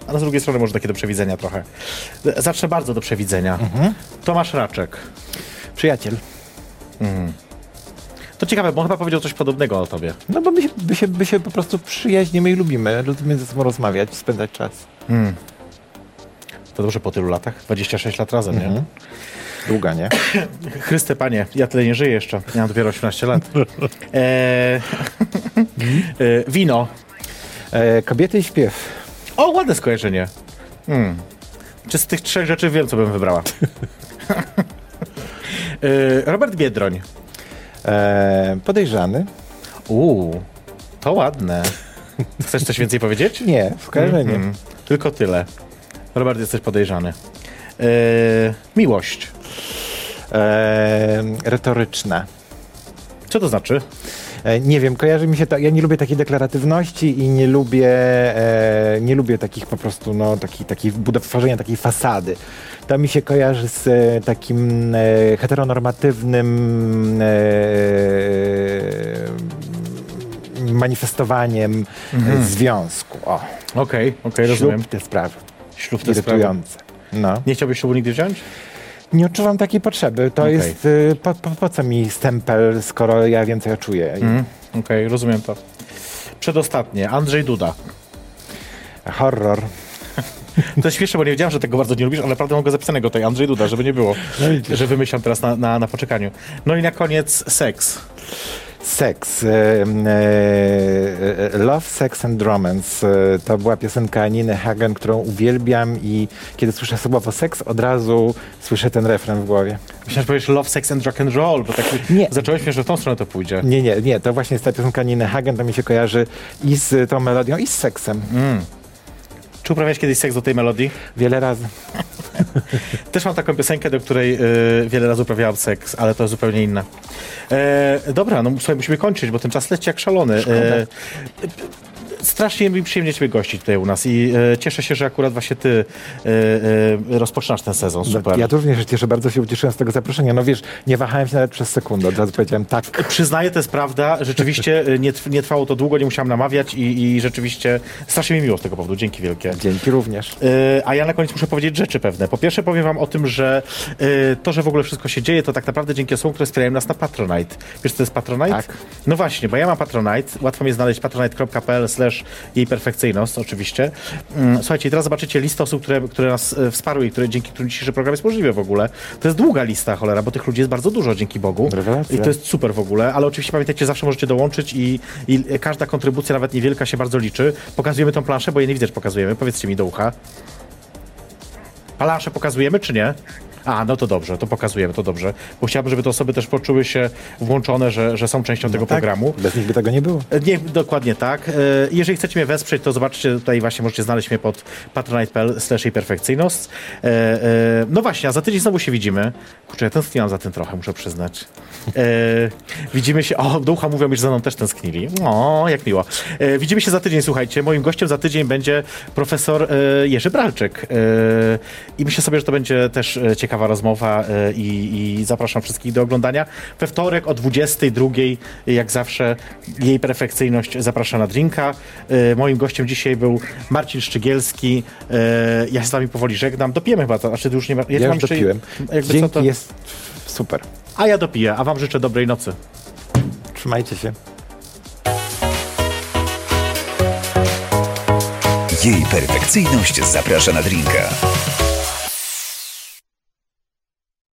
a z drugiej strony może takie do przewidzenia trochę. Zacznę bardzo do przewidzenia. Mhm. Tomasz Raczek. Przyjaciel. To ciekawe, bo on chyba powiedział coś podobnego o tobie. No bo my się, my się, my się po prostu przyjaźnimy i lubimy. Lubimy ze sobą rozmawiać, spędzać czas. To dobrze po tylu latach? dwadzieścia sześć lat razem, nie? Długa, nie? Chryste Panie, ja tyle nie żyję jeszcze. Ja mam dopiero osiemnaście lat. E, e, wino. E, kobiety i śpiew. O, ładne skojarzenie. Hmm. Czy z tych trzech rzeczy wiem, co bym wybrała? e, Robert Biedroń. E, podejrzany. Uuu, to ładne. Chcesz coś więcej powiedzieć? Nie, skojarzenie. Mm, tylko tyle. Robert, jesteś podejrzany. E, miłość. E, retoryczna. Co to znaczy? E, nie wiem, kojarzy mi się to, ja nie lubię takiej deklaratywności i nie lubię, e, nie lubię takich po prostu, no, taki, taki budow- tworzenia takiej fasady. To mi się kojarzy z e, takim e, heteronormatywnym e, manifestowaniem e, związku. O, Okej, okej, rozumiem. ślub te sprawy. Ślub te sprawy. Irytujące. No. Nie chciałbyś ślubu nigdy wziąć? Nie odczuwam takiej potrzeby. To Okej. jest, y, po, po, po co mi stempel, skoro ja wiem, co ja czuję. Mm, Okej, rozumiem to. Przedostatnie, Andrzej Duda. Horror. To jest śmieszne, bo nie wiedziałem, że tego bardzo nie lubisz, ale naprawdę mam go zapisanego tutaj, Andrzej Duda, żeby nie było, No widzisz. że wymyślam teraz na, na, na poczekaniu. No i na koniec seks. Seks. E, e, Love, Sex and Romance. E, to była piosenka Niny Hagen, którą uwielbiam i kiedy słyszę słowo seks, od razu słyszę ten refren w głowie. Myślałem, że powiesz love, sex and rock and roll, bo tak Nie. zacząłeś mnie, że w tą stronę to pójdzie. Nie, nie, nie. To właśnie jest ta piosenka Niny Hagen, to mi się kojarzy i z tą melodią, i z seksem. Mm. Czy uprawiałeś kiedyś seks do tej melodii? Wiele razy. Też mam taką piosenkę, do której y, wiele razy uprawiałam seks, ale to jest zupełnie inna. E, dobra, no słuchaj, musimy kończyć, bo ten czas leci jak szalony. E, strasznie mi przyjemnie ciebie gościć tutaj u nas i e, cieszę się, że akurat właśnie ty e, e, rozpoczynasz ten sezon. Super. Ja również się cieszę, bardzo się ucieszyłem z tego zaproszenia. No wiesz, nie wahałem się nawet przez sekundę, od razu powiedziałem tak. Przyznaję, to jest prawda. Rzeczywiście e, nie, trw- nie trwało to długo, nie musiałam namawiać i, i rzeczywiście strasznie mi miło z tego powodu. Dzięki wielkie. Dzięki również. E, A ja na koniec muszę powiedzieć rzeczy pewne. Po pierwsze powiem wam o tym, że e, to, że w ogóle wszystko się dzieje, to tak naprawdę dzięki osobom, które wspierają nas na Patronite. Wiesz, co to jest Patronite? Tak. No właśnie, bo ja mam Patronite. Łatwo mnie znaleźć patronite.pl slash jej perfekcyjność oczywiście. Mm, Słuchajcie, teraz zobaczycie listę osób, które, które nas e, wsparły i które, dzięki którym dzisiejszy program jest możliwy w ogóle. To jest długa lista, cholera, bo tych ludzi jest bardzo dużo, dzięki Bogu. Rewelacja. I to jest super w ogóle, ale oczywiście pamiętajcie, zawsze możecie dołączyć i, i każda kontrybucja, nawet niewielka, się bardzo liczy. Pokazujemy tą planszę, bo jej nie widzę, że pokazujemy. Powiedzcie mi do ucha. Planszę pokazujemy, czy nie? A, no to dobrze, to pokazujemy, to dobrze. Bo chciałbym, żeby te osoby też poczuły się włączone, że, że są częścią tego Tak, programu. bez nich by tego nie było. Nie, dokładnie tak. E, Jeżeli chcecie mnie wesprzeć, to zobaczcie, tutaj właśnie możecie znaleźć mnie pod patronite.pl slash jej perfekcyjność. E, e, No właśnie, a za tydzień znowu się widzimy. Kurczę, ja tęskniłam za tym trochę, muszę przyznać. E, widzimy się, o, do ucha mówią mi, że za mną też tęsknili. O, jak miło. E, widzimy się za tydzień, słuchajcie. Moim gościem za tydzień będzie profesor e, Jerzy Bralczyk. E, I myślę sobie, że to będzie też e, ciekawa rozmowa e, i, i zapraszam wszystkich do oglądania. We wtorek o dwudziestej drugiej, jak zawsze, jej perfekcyjność zaprasza na drinka. E, moim gościem dzisiaj był Marcin Szczygielski. E, ja się z wami powoli żegnam. Dopijemy chyba to, a czy ty już nie ma... Ja mam już jeszcze- dopiłem. jakby co Dzięki, to... jest super. A ja dopiję, a wam życzę dobrej nocy. Trzymajcie się. Jej perfekcyjność zaprasza na drinka.